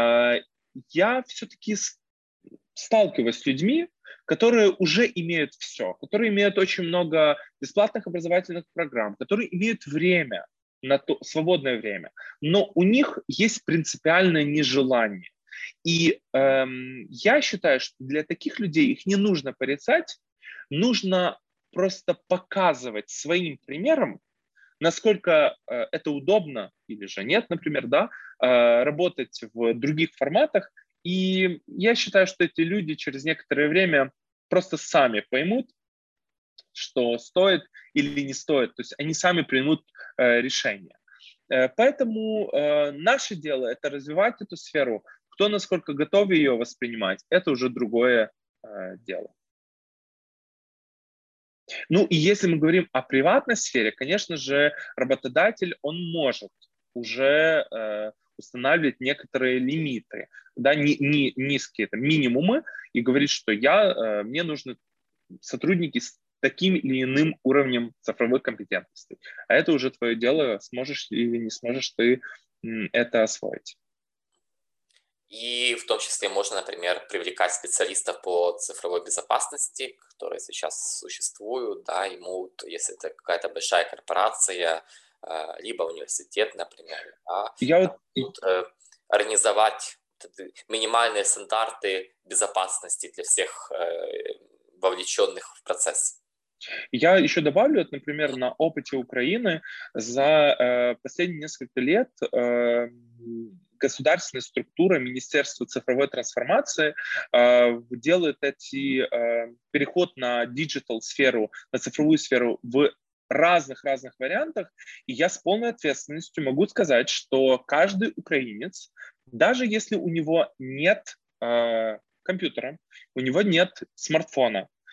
я все-таки сталкиваюсь с людьми, которые уже имеют все, которые имеют очень много бесплатных образовательных программ, которые имеют время, свободное время, но у них есть принципиальное нежелание. И я считаю, что для таких людей их не нужно порицать, нужно просто показывать своим примером, насколько это удобно или же нет, например, да, работать в других форматах. И я считаю, что эти люди через некоторое время просто сами поймут, что стоит или не стоит. То есть они сами примут решение. Поэтому наше дело – это развивать эту сферу. Кто насколько готов ее воспринимать, это уже другое дело. Ну и если мы говорим о приватной сфере, конечно же, работодатель, он может уже устанавливать некоторые лимиты, да, не низкие, это минимумы, и говорить, что мне нужны сотрудники с таким или иным уровнем цифровых компетентностей. А это уже твое дело, сможешь или не сможешь ты это освоить. И в том числе можно, например, привлекать специалистов по цифровой безопасности, которые сейчас существуют, да, и могут, если это какая-то большая корпорация, либо университет, например, да, могут организовать минимальные стандарты безопасности для всех вовлеченных в процесс. Я еще добавлю, например, на опыте Украины за последние несколько лет государственная структура Министерства цифровой трансформации делает переход на диджитал-сферу, на цифровую сферу в разных вариантах. И я с полной ответственностью могу сказать, что каждый украинец, даже если у него нет компьютера, у него нет смартфона,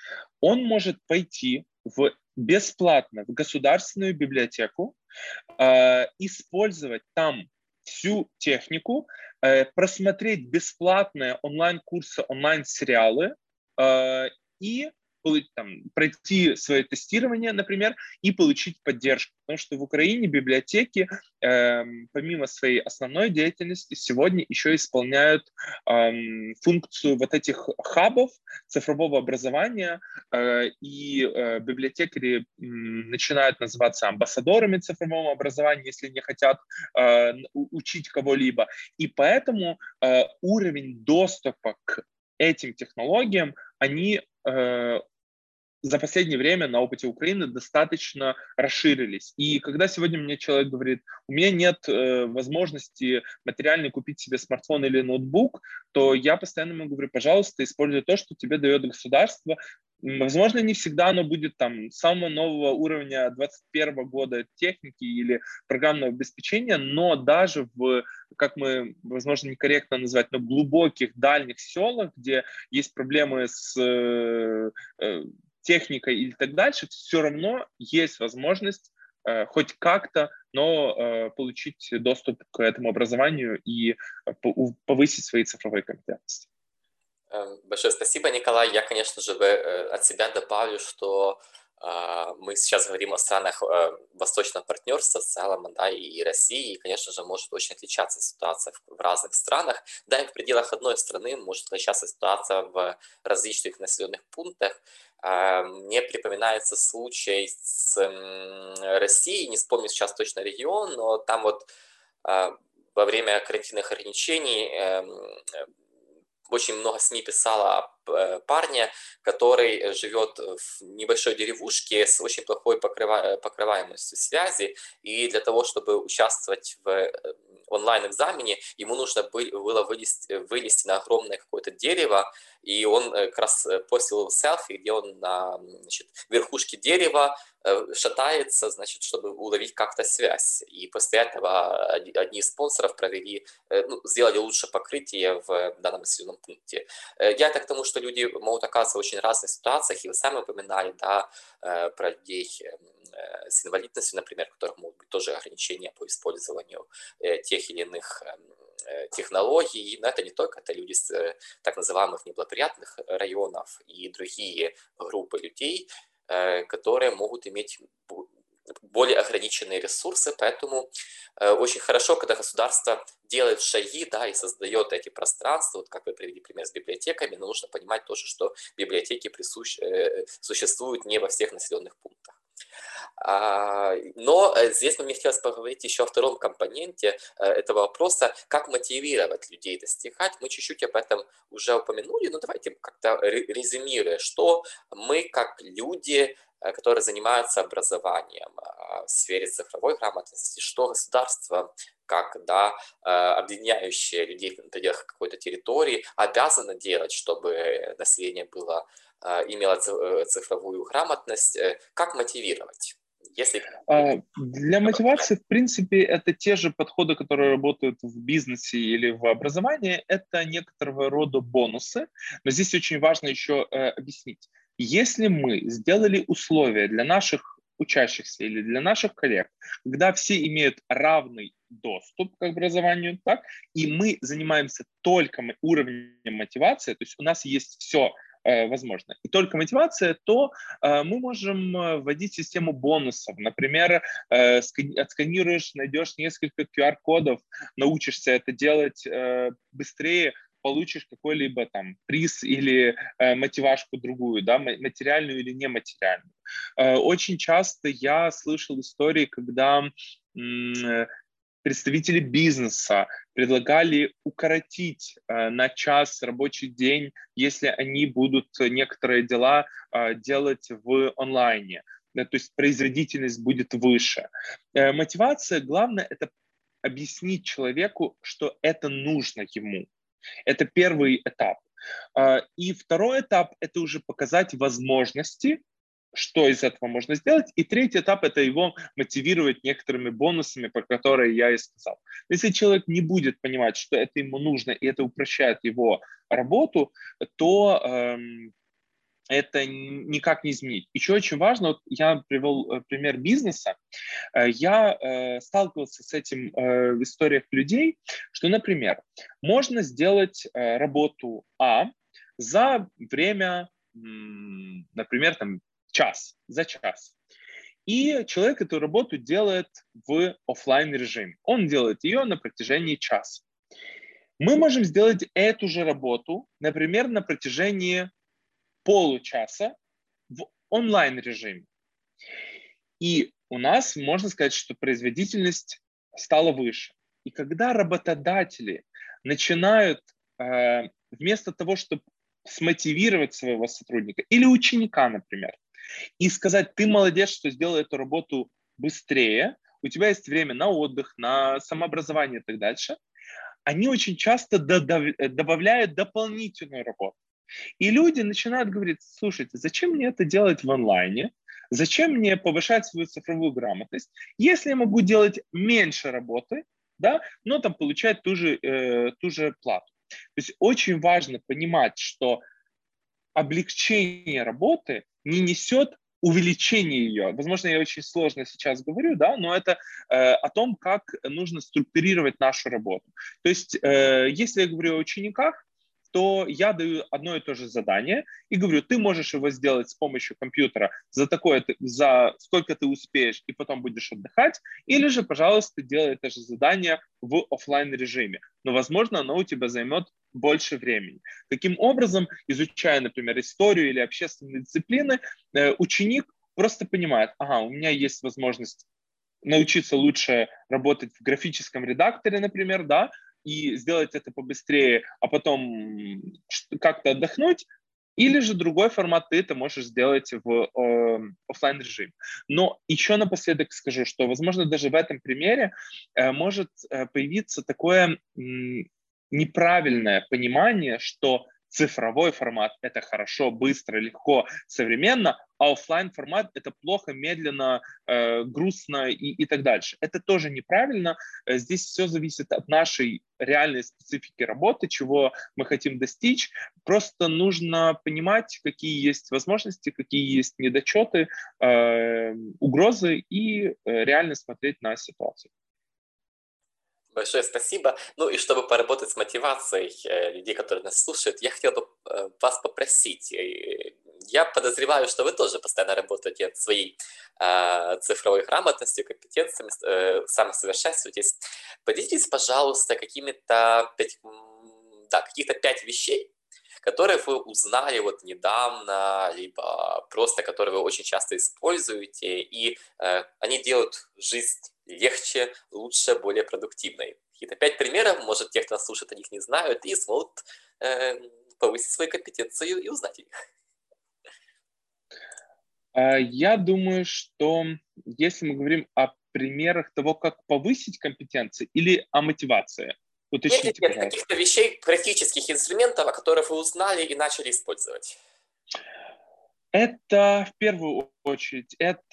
он может пойти бесплатно в государственную библиотеку, использовать там всю технику, просмотреть бесплатные онлайн-курсы, онлайн-сериалы и пройти свое тестирование, например, и получить поддержку. Потому что в Украине библиотеки, помимо своей основной деятельности, сегодня еще исполняют функцию вот этих хабов цифрового образования, и библиотекари начинают называться амбассадорами цифрового образования, если не хотят учить кого-либо. И поэтому уровень доступа к этим технологиям, они за последнее время на опыте Украины достаточно расширились. И когда сегодня мне человек говорит, у меня нет возможности материально купить себе смартфон или ноутбук, то я постоянно ему говорю, пожалуйста, используй то, что тебе дает государство. Возможно, не всегда оно будет там самого нового уровня 2021 года техники или программного обеспечения, но даже как мы, возможно, некорректно назвать, но глубоких дальних селах, где есть проблемы с техникой и так дальше, все равно есть возможность хоть как-то, но получить доступ к этому образованию и повысить свои цифровые компетенции. Большое спасибо, Николай. Я, конечно же, от себя добавлю, что мы сейчас говорим о странах восточного партнерства в целом, да, и России, и, конечно же, может очень отличаться ситуация в разных странах, да, и в пределах одной страны может отличаться ситуация в различных населенных пунктах. Мне припоминается случай с Россией, не вспомню сейчас точно регион, но там вот во время карантинных ограничений очень много СМИ писало о парне, который живет в небольшой деревушке с очень плохой покрываемостью связи, и для того, чтобы участвовать в онлайн-экзамене, ему нужно было вылезти на огромное какое-то дерево, и он как раз постил селфи, где он на верхушке дерева шатается, значит, чтобы уловить как-то связь. И после этого одни из спонсоров сделали лучше покрытие в данном населенном пункте. Я это к тому, что люди могут оказываться в очень разных ситуациях, и вы сами упоминали, да, про людей с инвалидностью, например, у которых могут быть тоже ограничения по использованию тех или иных технологий, но это не только, это люди с так называемых неблагоприятных районов и другие группы людей, которые могут иметь более ограниченные ресурсы, поэтому очень хорошо, когда государство делает шаги, да, и создает эти пространства, вот как вы привели пример с библиотеками, но нужно понимать тоже, что библиотеки существуют не во всех населенных пунктах. Но здесь мне хотелось поговорить еще о втором компоненте этого вопроса, как мотивировать людей достигать. Мы чуть-чуть об этом уже упомянули, но давайте как-то резюмируя, что мы как люди, которые занимаются образованием в сфере цифровой грамотности, что государство, как, да, объединяющее людей в пределах какой-то территории, обязано делать, чтобы население имело цифровую грамотность, как мотивировать? Для мотивации, в принципе, это те же подходы, которые работают в бизнесе или в образовании. Это некоторого рода бонусы. Но здесь очень важно еще объяснить. Если мы сделали условия для наших учащихся или для наших коллег, когда все имеют равный доступ к образованию, так, и мы занимаемся только уровнем мотивации, то есть у нас есть все возможно. И только мотивация, то мы можем вводить систему бонусов. Например, отсканируешь, найдешь несколько QR-кодов, научишься это делать быстрее, получишь какой-либо там приз или мотивашку другую, да, материальную или нематериальную. Очень часто я слышал истории, когда представители бизнеса предлагали укоротить на час рабочий день, если они будут некоторые дела делать в онлайне. То есть производительность будет выше. Мотивация, главное, это объяснить человеку, что это нужно ему. Это первый этап. И второй этап – это уже показать возможности, что из этого можно сделать. И третий этап – это его мотивировать некоторыми бонусами, про которые я и сказал. Если человек не будет понимать, что это ему нужно, и это упрощает его работу, то это никак не изменить. Еще очень важно, вот я привел пример бизнеса, я сталкивался с этим в историях людей, что, например, можно сделать работу А за время, например, там, за час. И человек эту работу делает в офлайн режиме. Он делает ее на протяжении часа. Мы можем сделать эту же работу, например, на протяжении получаса в онлайн режиме. И у нас можно сказать, что производительность стала выше. И когда работодатели начинают вместо того, чтобы смотивировать своего сотрудника или ученика, например, и сказать: ты молодец, что сделал эту работу быстрее, у тебя есть время на отдых, на самообразование и так дальше, они очень часто добавляют дополнительную работу. И люди начинают говорить: слушайте, зачем мне это делать в онлайне? Зачем мне повышать свою цифровую грамотность, если я могу делать меньше работы, да, но там получать ту же плату? То есть очень важно понимать, что облегчение работы не несет увеличение ее. Возможно, я очень сложно сейчас говорю, да, но это о том, как нужно структурировать нашу работу. То есть, если я говорю о учениках, то я даю одно и то же задание и говорю: ты можешь его сделать с помощью компьютера за сколько ты успеешь, и потом будешь отдыхать, или же, пожалуйста, делай это же задание в офлайн режиме. Но, возможно, оно у тебя займет больше времени. Таким образом, изучая, например, историю или общественные дисциплины, ученик просто понимает: ага, у меня есть возможность научиться лучше работать в графическом редакторе, например, да, и сделать это побыстрее, а потом как-то отдохнуть, или же другой формат ты это можешь сделать в офлайн режиме. Но еще напоследок скажу, что, возможно, даже в этом примере может появиться такое неправильное понимание, что цифровой формат — это хорошо, быстро, легко, современно, а офлайн формат — это плохо, медленно, грустно и так дальше. Это тоже неправильно. Здесь все зависит от нашей реальной специфики работы, чего мы хотим достичь. Просто нужно понимать, какие есть возможности, какие есть недочеты, угрозы, и реально смотреть на ситуацию. Большое спасибо. Ну и чтобы поработать с мотивацией людей, которые нас слушают, я хотел бы вас попросить. Я подозреваю, что вы тоже постоянно работаете над своей цифровой грамотностью, компетенциями, самосовершенствуетесь. Поделитесь, пожалуйста, каких-то 5 вещей, которые вы узнали вот недавно, либо просто которые вы очень часто используете, и они делают жизнь легче, лучше, более продуктивной. Какие-то 5 примеров, может, те, кто нас слушает, о них не знают, и смогут повысить свою компетенцию и узнать их. Я думаю, что если мы говорим о примерах того, как повысить компетенции, или о мотивации, уточните, Нет, пожалуйста. каких-то вещей, практических инструментов, о которых вы узнали и начали использовать. Это в первую очередь,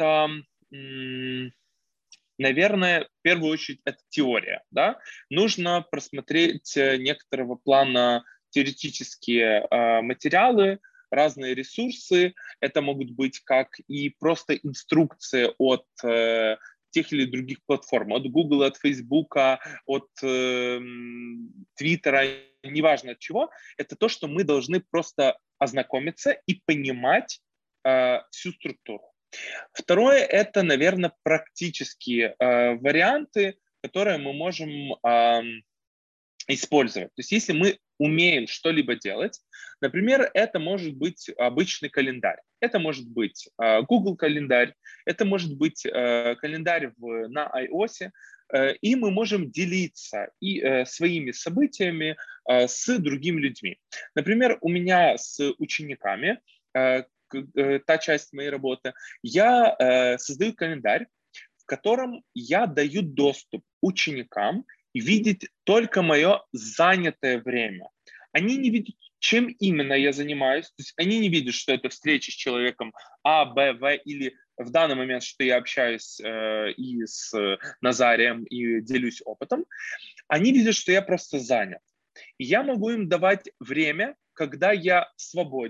наверное, в первую очередь, это теория. Да? Нужно просмотреть некоторого плана теоретические материалы, разные ресурсы. Это могут быть как и просто инструкции от тех или других платформ, от Google, от Facebook, от Twitter, неважно от чего. Это то, что мы должны просто ознакомиться и понимать всю структуру. Второе — это, наверное, практические варианты, которые мы можем использовать. То есть если мы умеем что-либо делать, например, это может быть обычный календарь, это может быть Google календарь, это может быть календарь на iOS, и мы можем делиться своими событиями с другими людьми. Например, у меня с учениками, та часть моей работы, я создаю календарь, в котором я даю доступ ученикам видеть только мое занятое время. Они не видят, чем именно я занимаюсь, то есть они не видят, что это встреча с человеком А, Б, В, или в данный момент, что я общаюсь и с Назарием и делюсь опытом. Они видят, что я просто занят. И я могу им давать время, когда я свободен,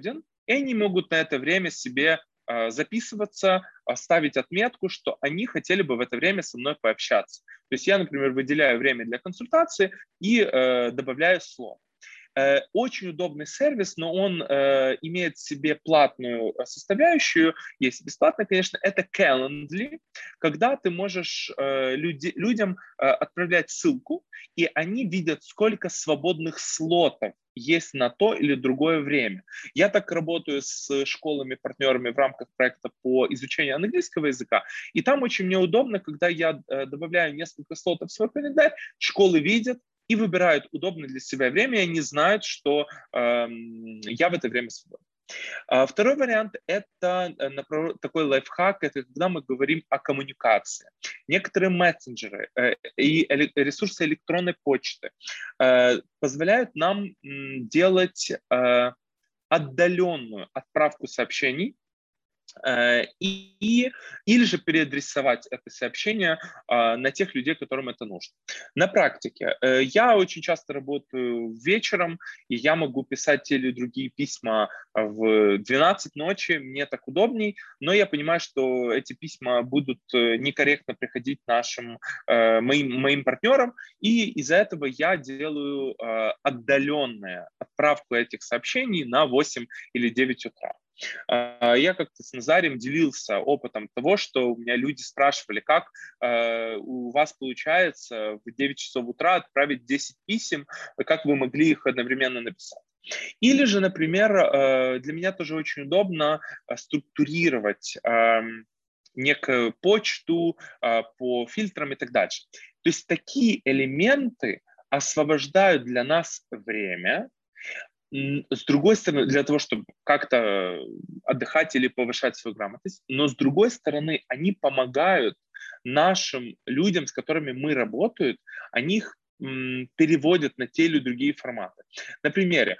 и они могут на это время себе записываться, ставить отметку, что они хотели бы в это время со мной пообщаться. То есть я, например, выделяю время для консультации и добавляю слот. Очень удобный сервис, но он имеет в себе платную составляющую, есть бесплатно, конечно, это Calendly, когда ты можешь людям отправлять ссылку, и они видят, сколько свободных слотов есть на то или другое время. Я так работаю с школами-партнерами в рамках проекта по изучению английского языка, и там очень мне удобно, когда я добавляю несколько слотов в свой календарь, школы видят, и выбирают удобное для себя время, и они знают, что я в это время свободен. Второй вариант – это такой лайфхак, это когда мы говорим о коммуникации. Некоторые мессенджеры и ресурсы электронной почты позволяют нам делать отдаленную отправку сообщений, или же переадресовать это сообщение на тех людей, которым это нужно. На практике я очень часто работаю вечером, и я могу писать те или другие письма в 12 ночи, мне так удобней, но я понимаю, что эти письма будут некорректно приходить моим партнерам, и из-за этого я делаю отдаленную отправку этих сообщений на 8 или 9 утра. Я как-то с Назарем делился опытом того, что у меня люди спрашивали, как у вас получается в 9 часов утра отправить 10 писем, как вы могли их одновременно написать. Или же, например, для меня тоже очень удобно структурировать некую почту по фильтрам и так дальше. То есть такие элементы освобождают для нас время. С другой стороны, для того, чтобы как-то отдыхать или повышать свою грамотность, но с другой стороны, они помогают нашим людям, с которыми мы работаем, они их переводят на те или другие форматы. На примере,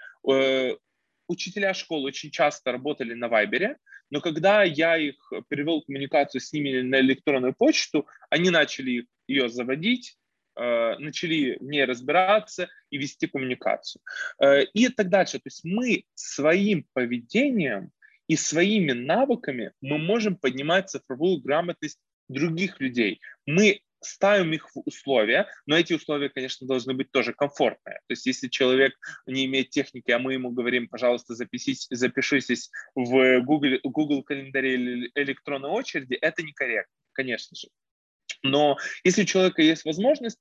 учителя школы очень часто работали на Вайбере, но когда я их перевел коммуникацию с ними на электронную почту, они начали ее заводить, начали в ней разбираться и вести коммуникацию. И так дальше. То есть мы своим поведением и своими навыками мы можем поднимать цифровую грамотность других людей. Мы ставим их в условия, но эти условия, конечно, должны быть тоже комфортные. То есть если человек не имеет техники, а мы ему говорим, пожалуйста, запишитесь в Google календаре или электронной очереди, это некорректно, конечно же. Но если у человека есть возможность,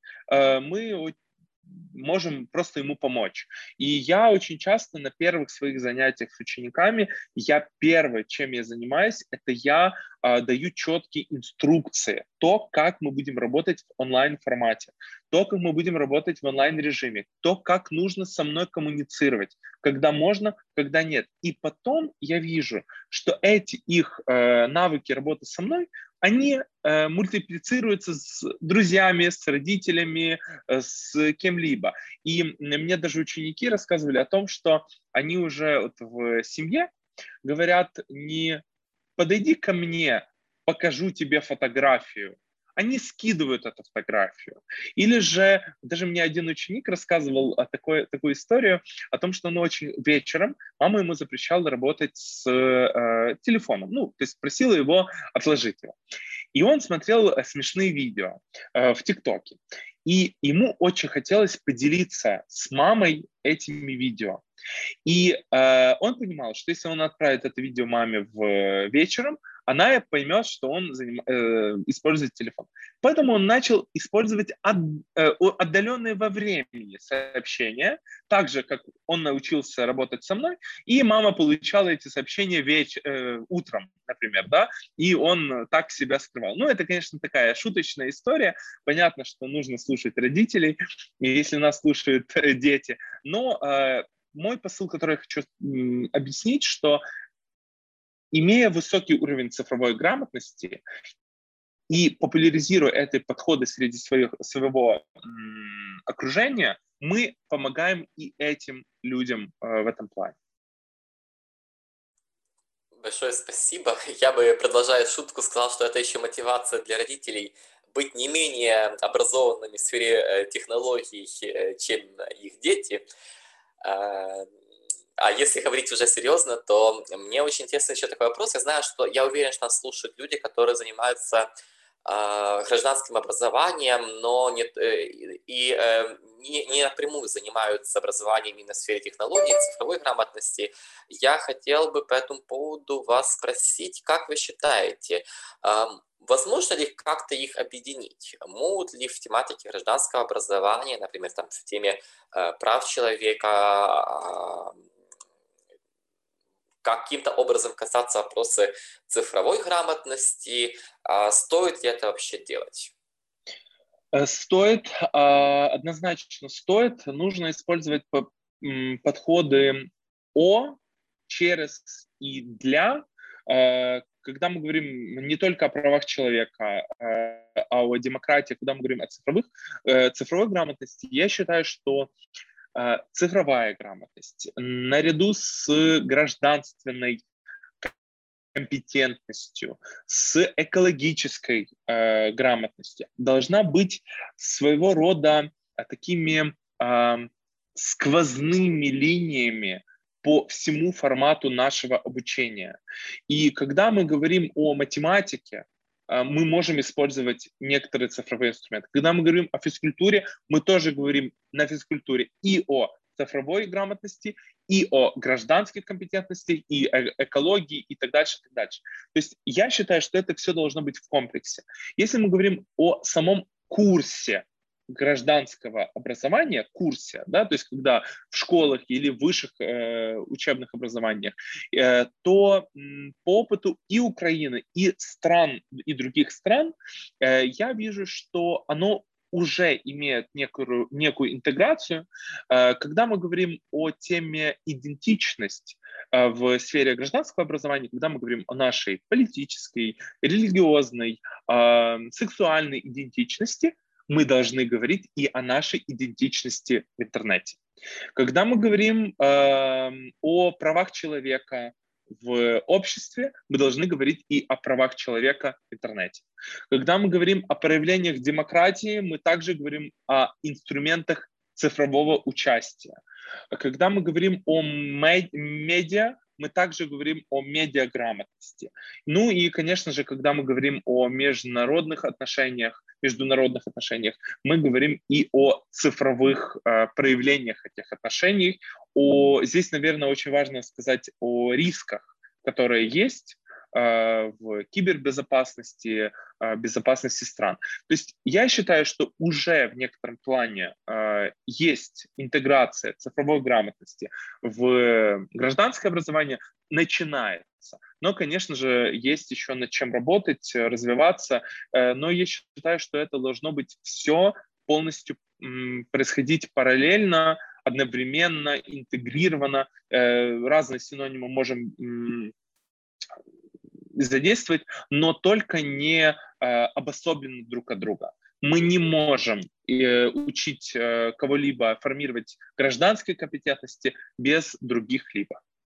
мы можем просто ему помочь. И я очень часто на первых своих занятиях с учениками, первое, чем я занимаюсь, это я даю четкие инструкции, то, как мы будем работать в онлайн-формате, то, как мы будем работать в онлайн-режиме, то, как нужно со мной коммуницировать, когда можно, когда нет. И потом я вижу, что эти их навыки работы со мной, они мультиплицируются с друзьями, с родителями, с кем-либо. И мне даже ученики рассказывали о том, что они уже вот в семье говорят не «подойди ко мне, покажу тебе фотографию», они скидывают эту фотографию. Или же, даже мне один ученик рассказывал такую историю о том, что он очень вечером, мама ему запрещала работать с телефоном, то есть просила его отложить его. И он смотрел смешные видео в ТикТоке. И ему очень хотелось поделиться с мамой этими видео. И он понимал, что если он отправит это видео маме вечером, она поймет, что он использует телефон. Поэтому он начал использовать отдаленные во времени сообщения, так же, как он научился работать со мной, и мама получала эти сообщения утром, например, да, и он так себя скрывал. Это, конечно, такая шуточная история. Понятно, что нужно слушать родителей, если нас слушают дети, но мой посыл, который я хочу объяснить, что имея высокий уровень цифровой грамотности и популяризируя эти подходы среди своего окружения, мы помогаем и этим людям в этом плане. Большое спасибо. Я бы, продолжая шутку, сказал, что это еще мотивация для родителей быть не менее образованными в сфере технологий, чем их дети. А если говорить уже серьезно, то мне очень интересен еще такой вопрос. Я уверен, что нас слушают люди, которые занимаются гражданским образованием, но не напрямую занимаются образованием именно в сфере технологий, цифровой грамотности. Я хотел бы по этому поводу вас спросить, как вы считаете, возможно ли как-то их объединить? Могут ли в тематике гражданского образования, например, там, в теме прав человека, каким-то образом касаться вопроса цифровой грамотности? Стоит ли это вообще делать? Стоит, однозначно стоит. Нужно использовать подходы «о», «через» и «для». Когда мы говорим не только о правах человека, а о демократии, когда мы говорим о цифровой грамотности, я считаю, что цифровая грамотность наряду с гражданственной компетентностью, с экологической грамотностью должна быть своего рода такими сквозными линиями по всему формату нашего обучения. И когда мы говорим о математике, мы можем использовать некоторые цифровые инструменты. Когда мы говорим о физкультуре, мы тоже говорим на физкультуре и о цифровой грамотности, и о гражданских компетентностях, и экологии, и так дальше, и так дальше. То есть я считаю, что это все должно быть в комплексе. Если мы говорим о самом курсе гражданского образования, да, то есть когда в школах или в высших учебных образованиях, то по опыту и Украины, и стран, и других стран, я вижу, что оно уже имеет некую интеграцию. Когда мы говорим о теме идентичность в сфере гражданского образования, когда мы говорим о нашей политической, религиозной, сексуальной идентичности, мы должны говорить и о нашей идентичности в интернете. Когда мы говорим о правах человека в обществе, мы должны говорить и о правах человека в интернете. Когда мы говорим о проявлениях демократии, мы также говорим о инструментах цифрового участия. Когда мы говорим о медиа, мы также говорим о медиаграмотности. Ну и, конечно же, когда мы говорим о международных отношениях, мы говорим и о цифровых проявлениях этих отношений. Здесь, наверное, очень важно сказать о рисках, которые есть в кибербезопасности, безопасности стран. То есть я считаю, что уже в некотором плане есть интеграция цифровой грамотности в гражданское образование, начинается. Но, конечно же, есть еще над чем работать, развиваться. Но я считаю, что это должно быть все полностью происходить параллельно, одновременно, интегрировано. Разные синонимы можем задействовать, но только не обособленно друг от друга. Мы не можем учить кого-либо формировать гражданские компетентности без других либо.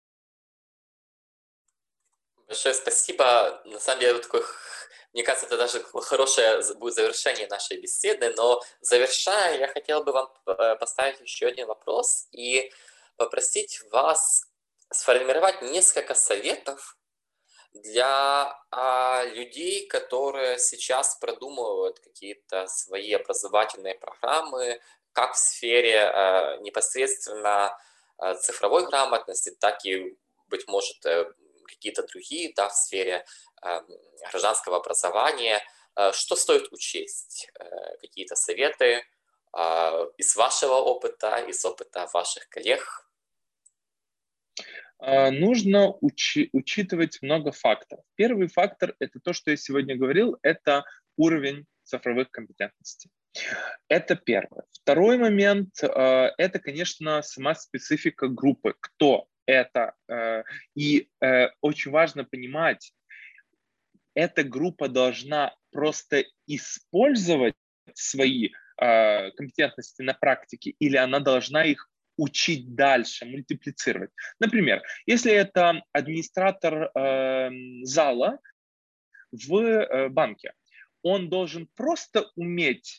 Большое спасибо. На самом деле, мне кажется, это даже хорошее будет завершение нашей беседы, но завершая, я хотел бы вам поставить еще один вопрос и попросить вас сформировать несколько советов для людей, которые сейчас продумывают какие-то свои образовательные программы, как в сфере непосредственно цифровой грамотности, так и, быть может, какие-то другие, да, в сфере гражданского образования. Что стоит учесть? Какие-то советы из вашего опыта, из опыта ваших коллег? Нужно учитывать много факторов. Первый фактор – это то, что я сегодня говорил, это уровень цифровых компетентностей. Это первое. Второй момент – это, конечно, сама специфика группы, кто это. И очень важно понимать, эта группа должна просто использовать свои компетентности на практике, или она должна их учить дальше, мультиплицировать. Например, если это администратор зала в банке, он должен просто уметь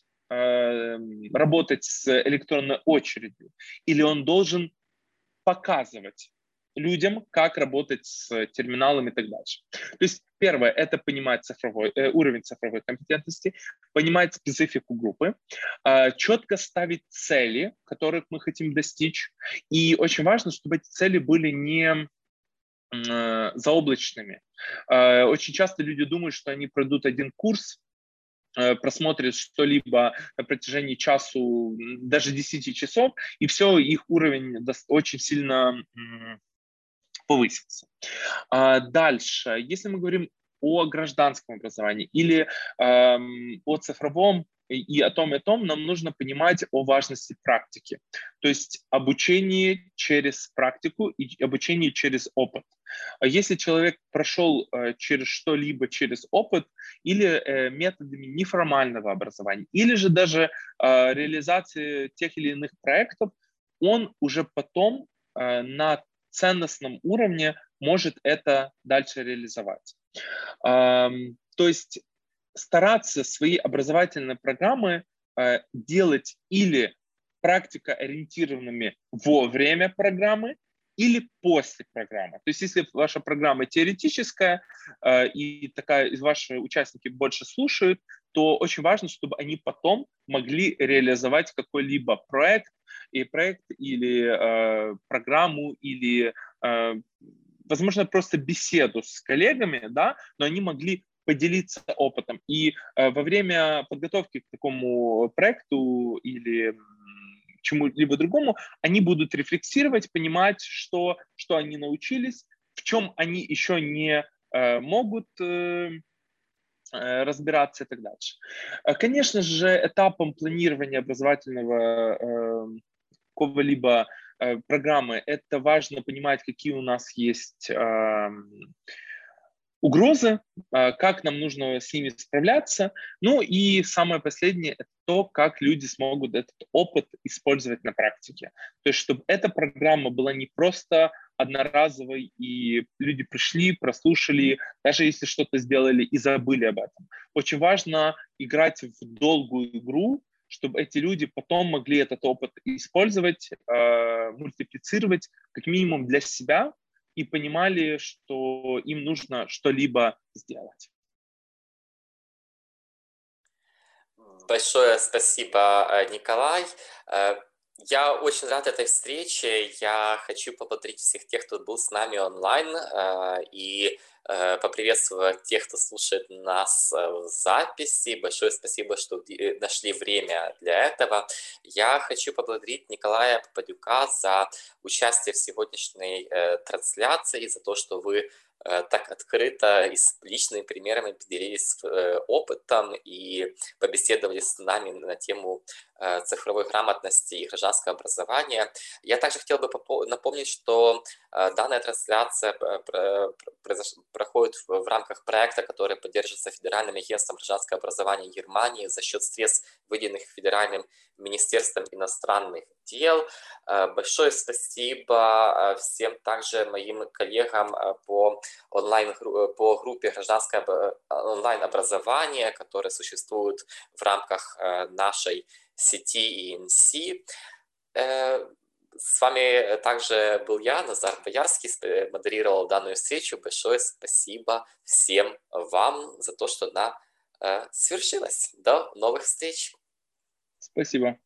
работать с электронной очередью, или он должен показывать людям, как работать с терминалом и так дальше. То есть первое– это понимать уровень цифровой компетентности, понимать специфику группы, четко ставить цели, которых мы хотим достичь. И очень важно, чтобы эти цели были не заоблачными. Очень часто люди думают, что они пройдут один курс, просмотрят что-либо на протяжении часу, даже 10 часов, и все, их уровень очень сильно повысился. Дальше, если мы говорим о гражданском образовании или о цифровом и о том, нам нужно понимать о важности практики. То есть обучение через практику и обучение через опыт. Если человек прошел через что-либо, через опыт или методами неформального образования, или же даже реализации тех или иных проектов, он уже потом на ценностном уровне может это дальше реализовать. То есть стараться свои образовательные программы делать или практикоориентированными во время программы, или после программы. То есть если ваша программа теоретическая и такая, и ваши участники больше слушают, то очень важно, чтобы они потом могли реализовать какой-либо проект или программу, или, возможно, просто беседу с коллегами, да, но они могли поделиться опытом. И во время подготовки к такому проекту или чему-либо другому, они будут рефлексировать, понимать, что они научились, в чем они еще не могут разбираться и так дальше. Конечно же, этапом планирования образовательного какого-либо программы это важно понимать, какие у нас есть угрозы, как нам нужно с ними справляться. Ну и самое последнее– это то, как люди смогут этот опыт использовать на практике. То есть чтобы эта программа была не просто одноразовой, и люди пришли, прослушали, даже если что-то сделали и забыли об этом. Очень важно играть в долгую игру, чтобы эти люди потом могли этот опыт использовать, мультиплицировать, как минимум для себя, и понимали, что им нужно что-либо сделать. Большое спасибо, Николай. Я очень рад этой встрече. Я хочу поблагодарить всех тех, кто был с нами онлайн, и поприветствовать тех, кто слушает нас в записи. Большое спасибо, что нашли время для этого. Я хочу поблагодарить Николая Попадюка за участие в сегодняшней трансляции, за то, что вы так открыто и с личными примерами поделились опытом и побеседовали с нами на тему цифровой грамотности и гражданского образования. Я также хотел бы напомнить, что данная трансляция проходит в рамках проекта, который поддерживается Федеральным агентством гражданского образования Германии за счет средств, выделенных Федеральным министерством иностранных дел. Большое спасибо всем также моим коллегам по группе гражданское онлайн-образование, которое существует в рамках нашей сети ENC. С вами также был я, Назар Боярский, модерировал данную встречу. Большое спасибо всем вам за то, что она свершилась. До новых встреч! Спасибо.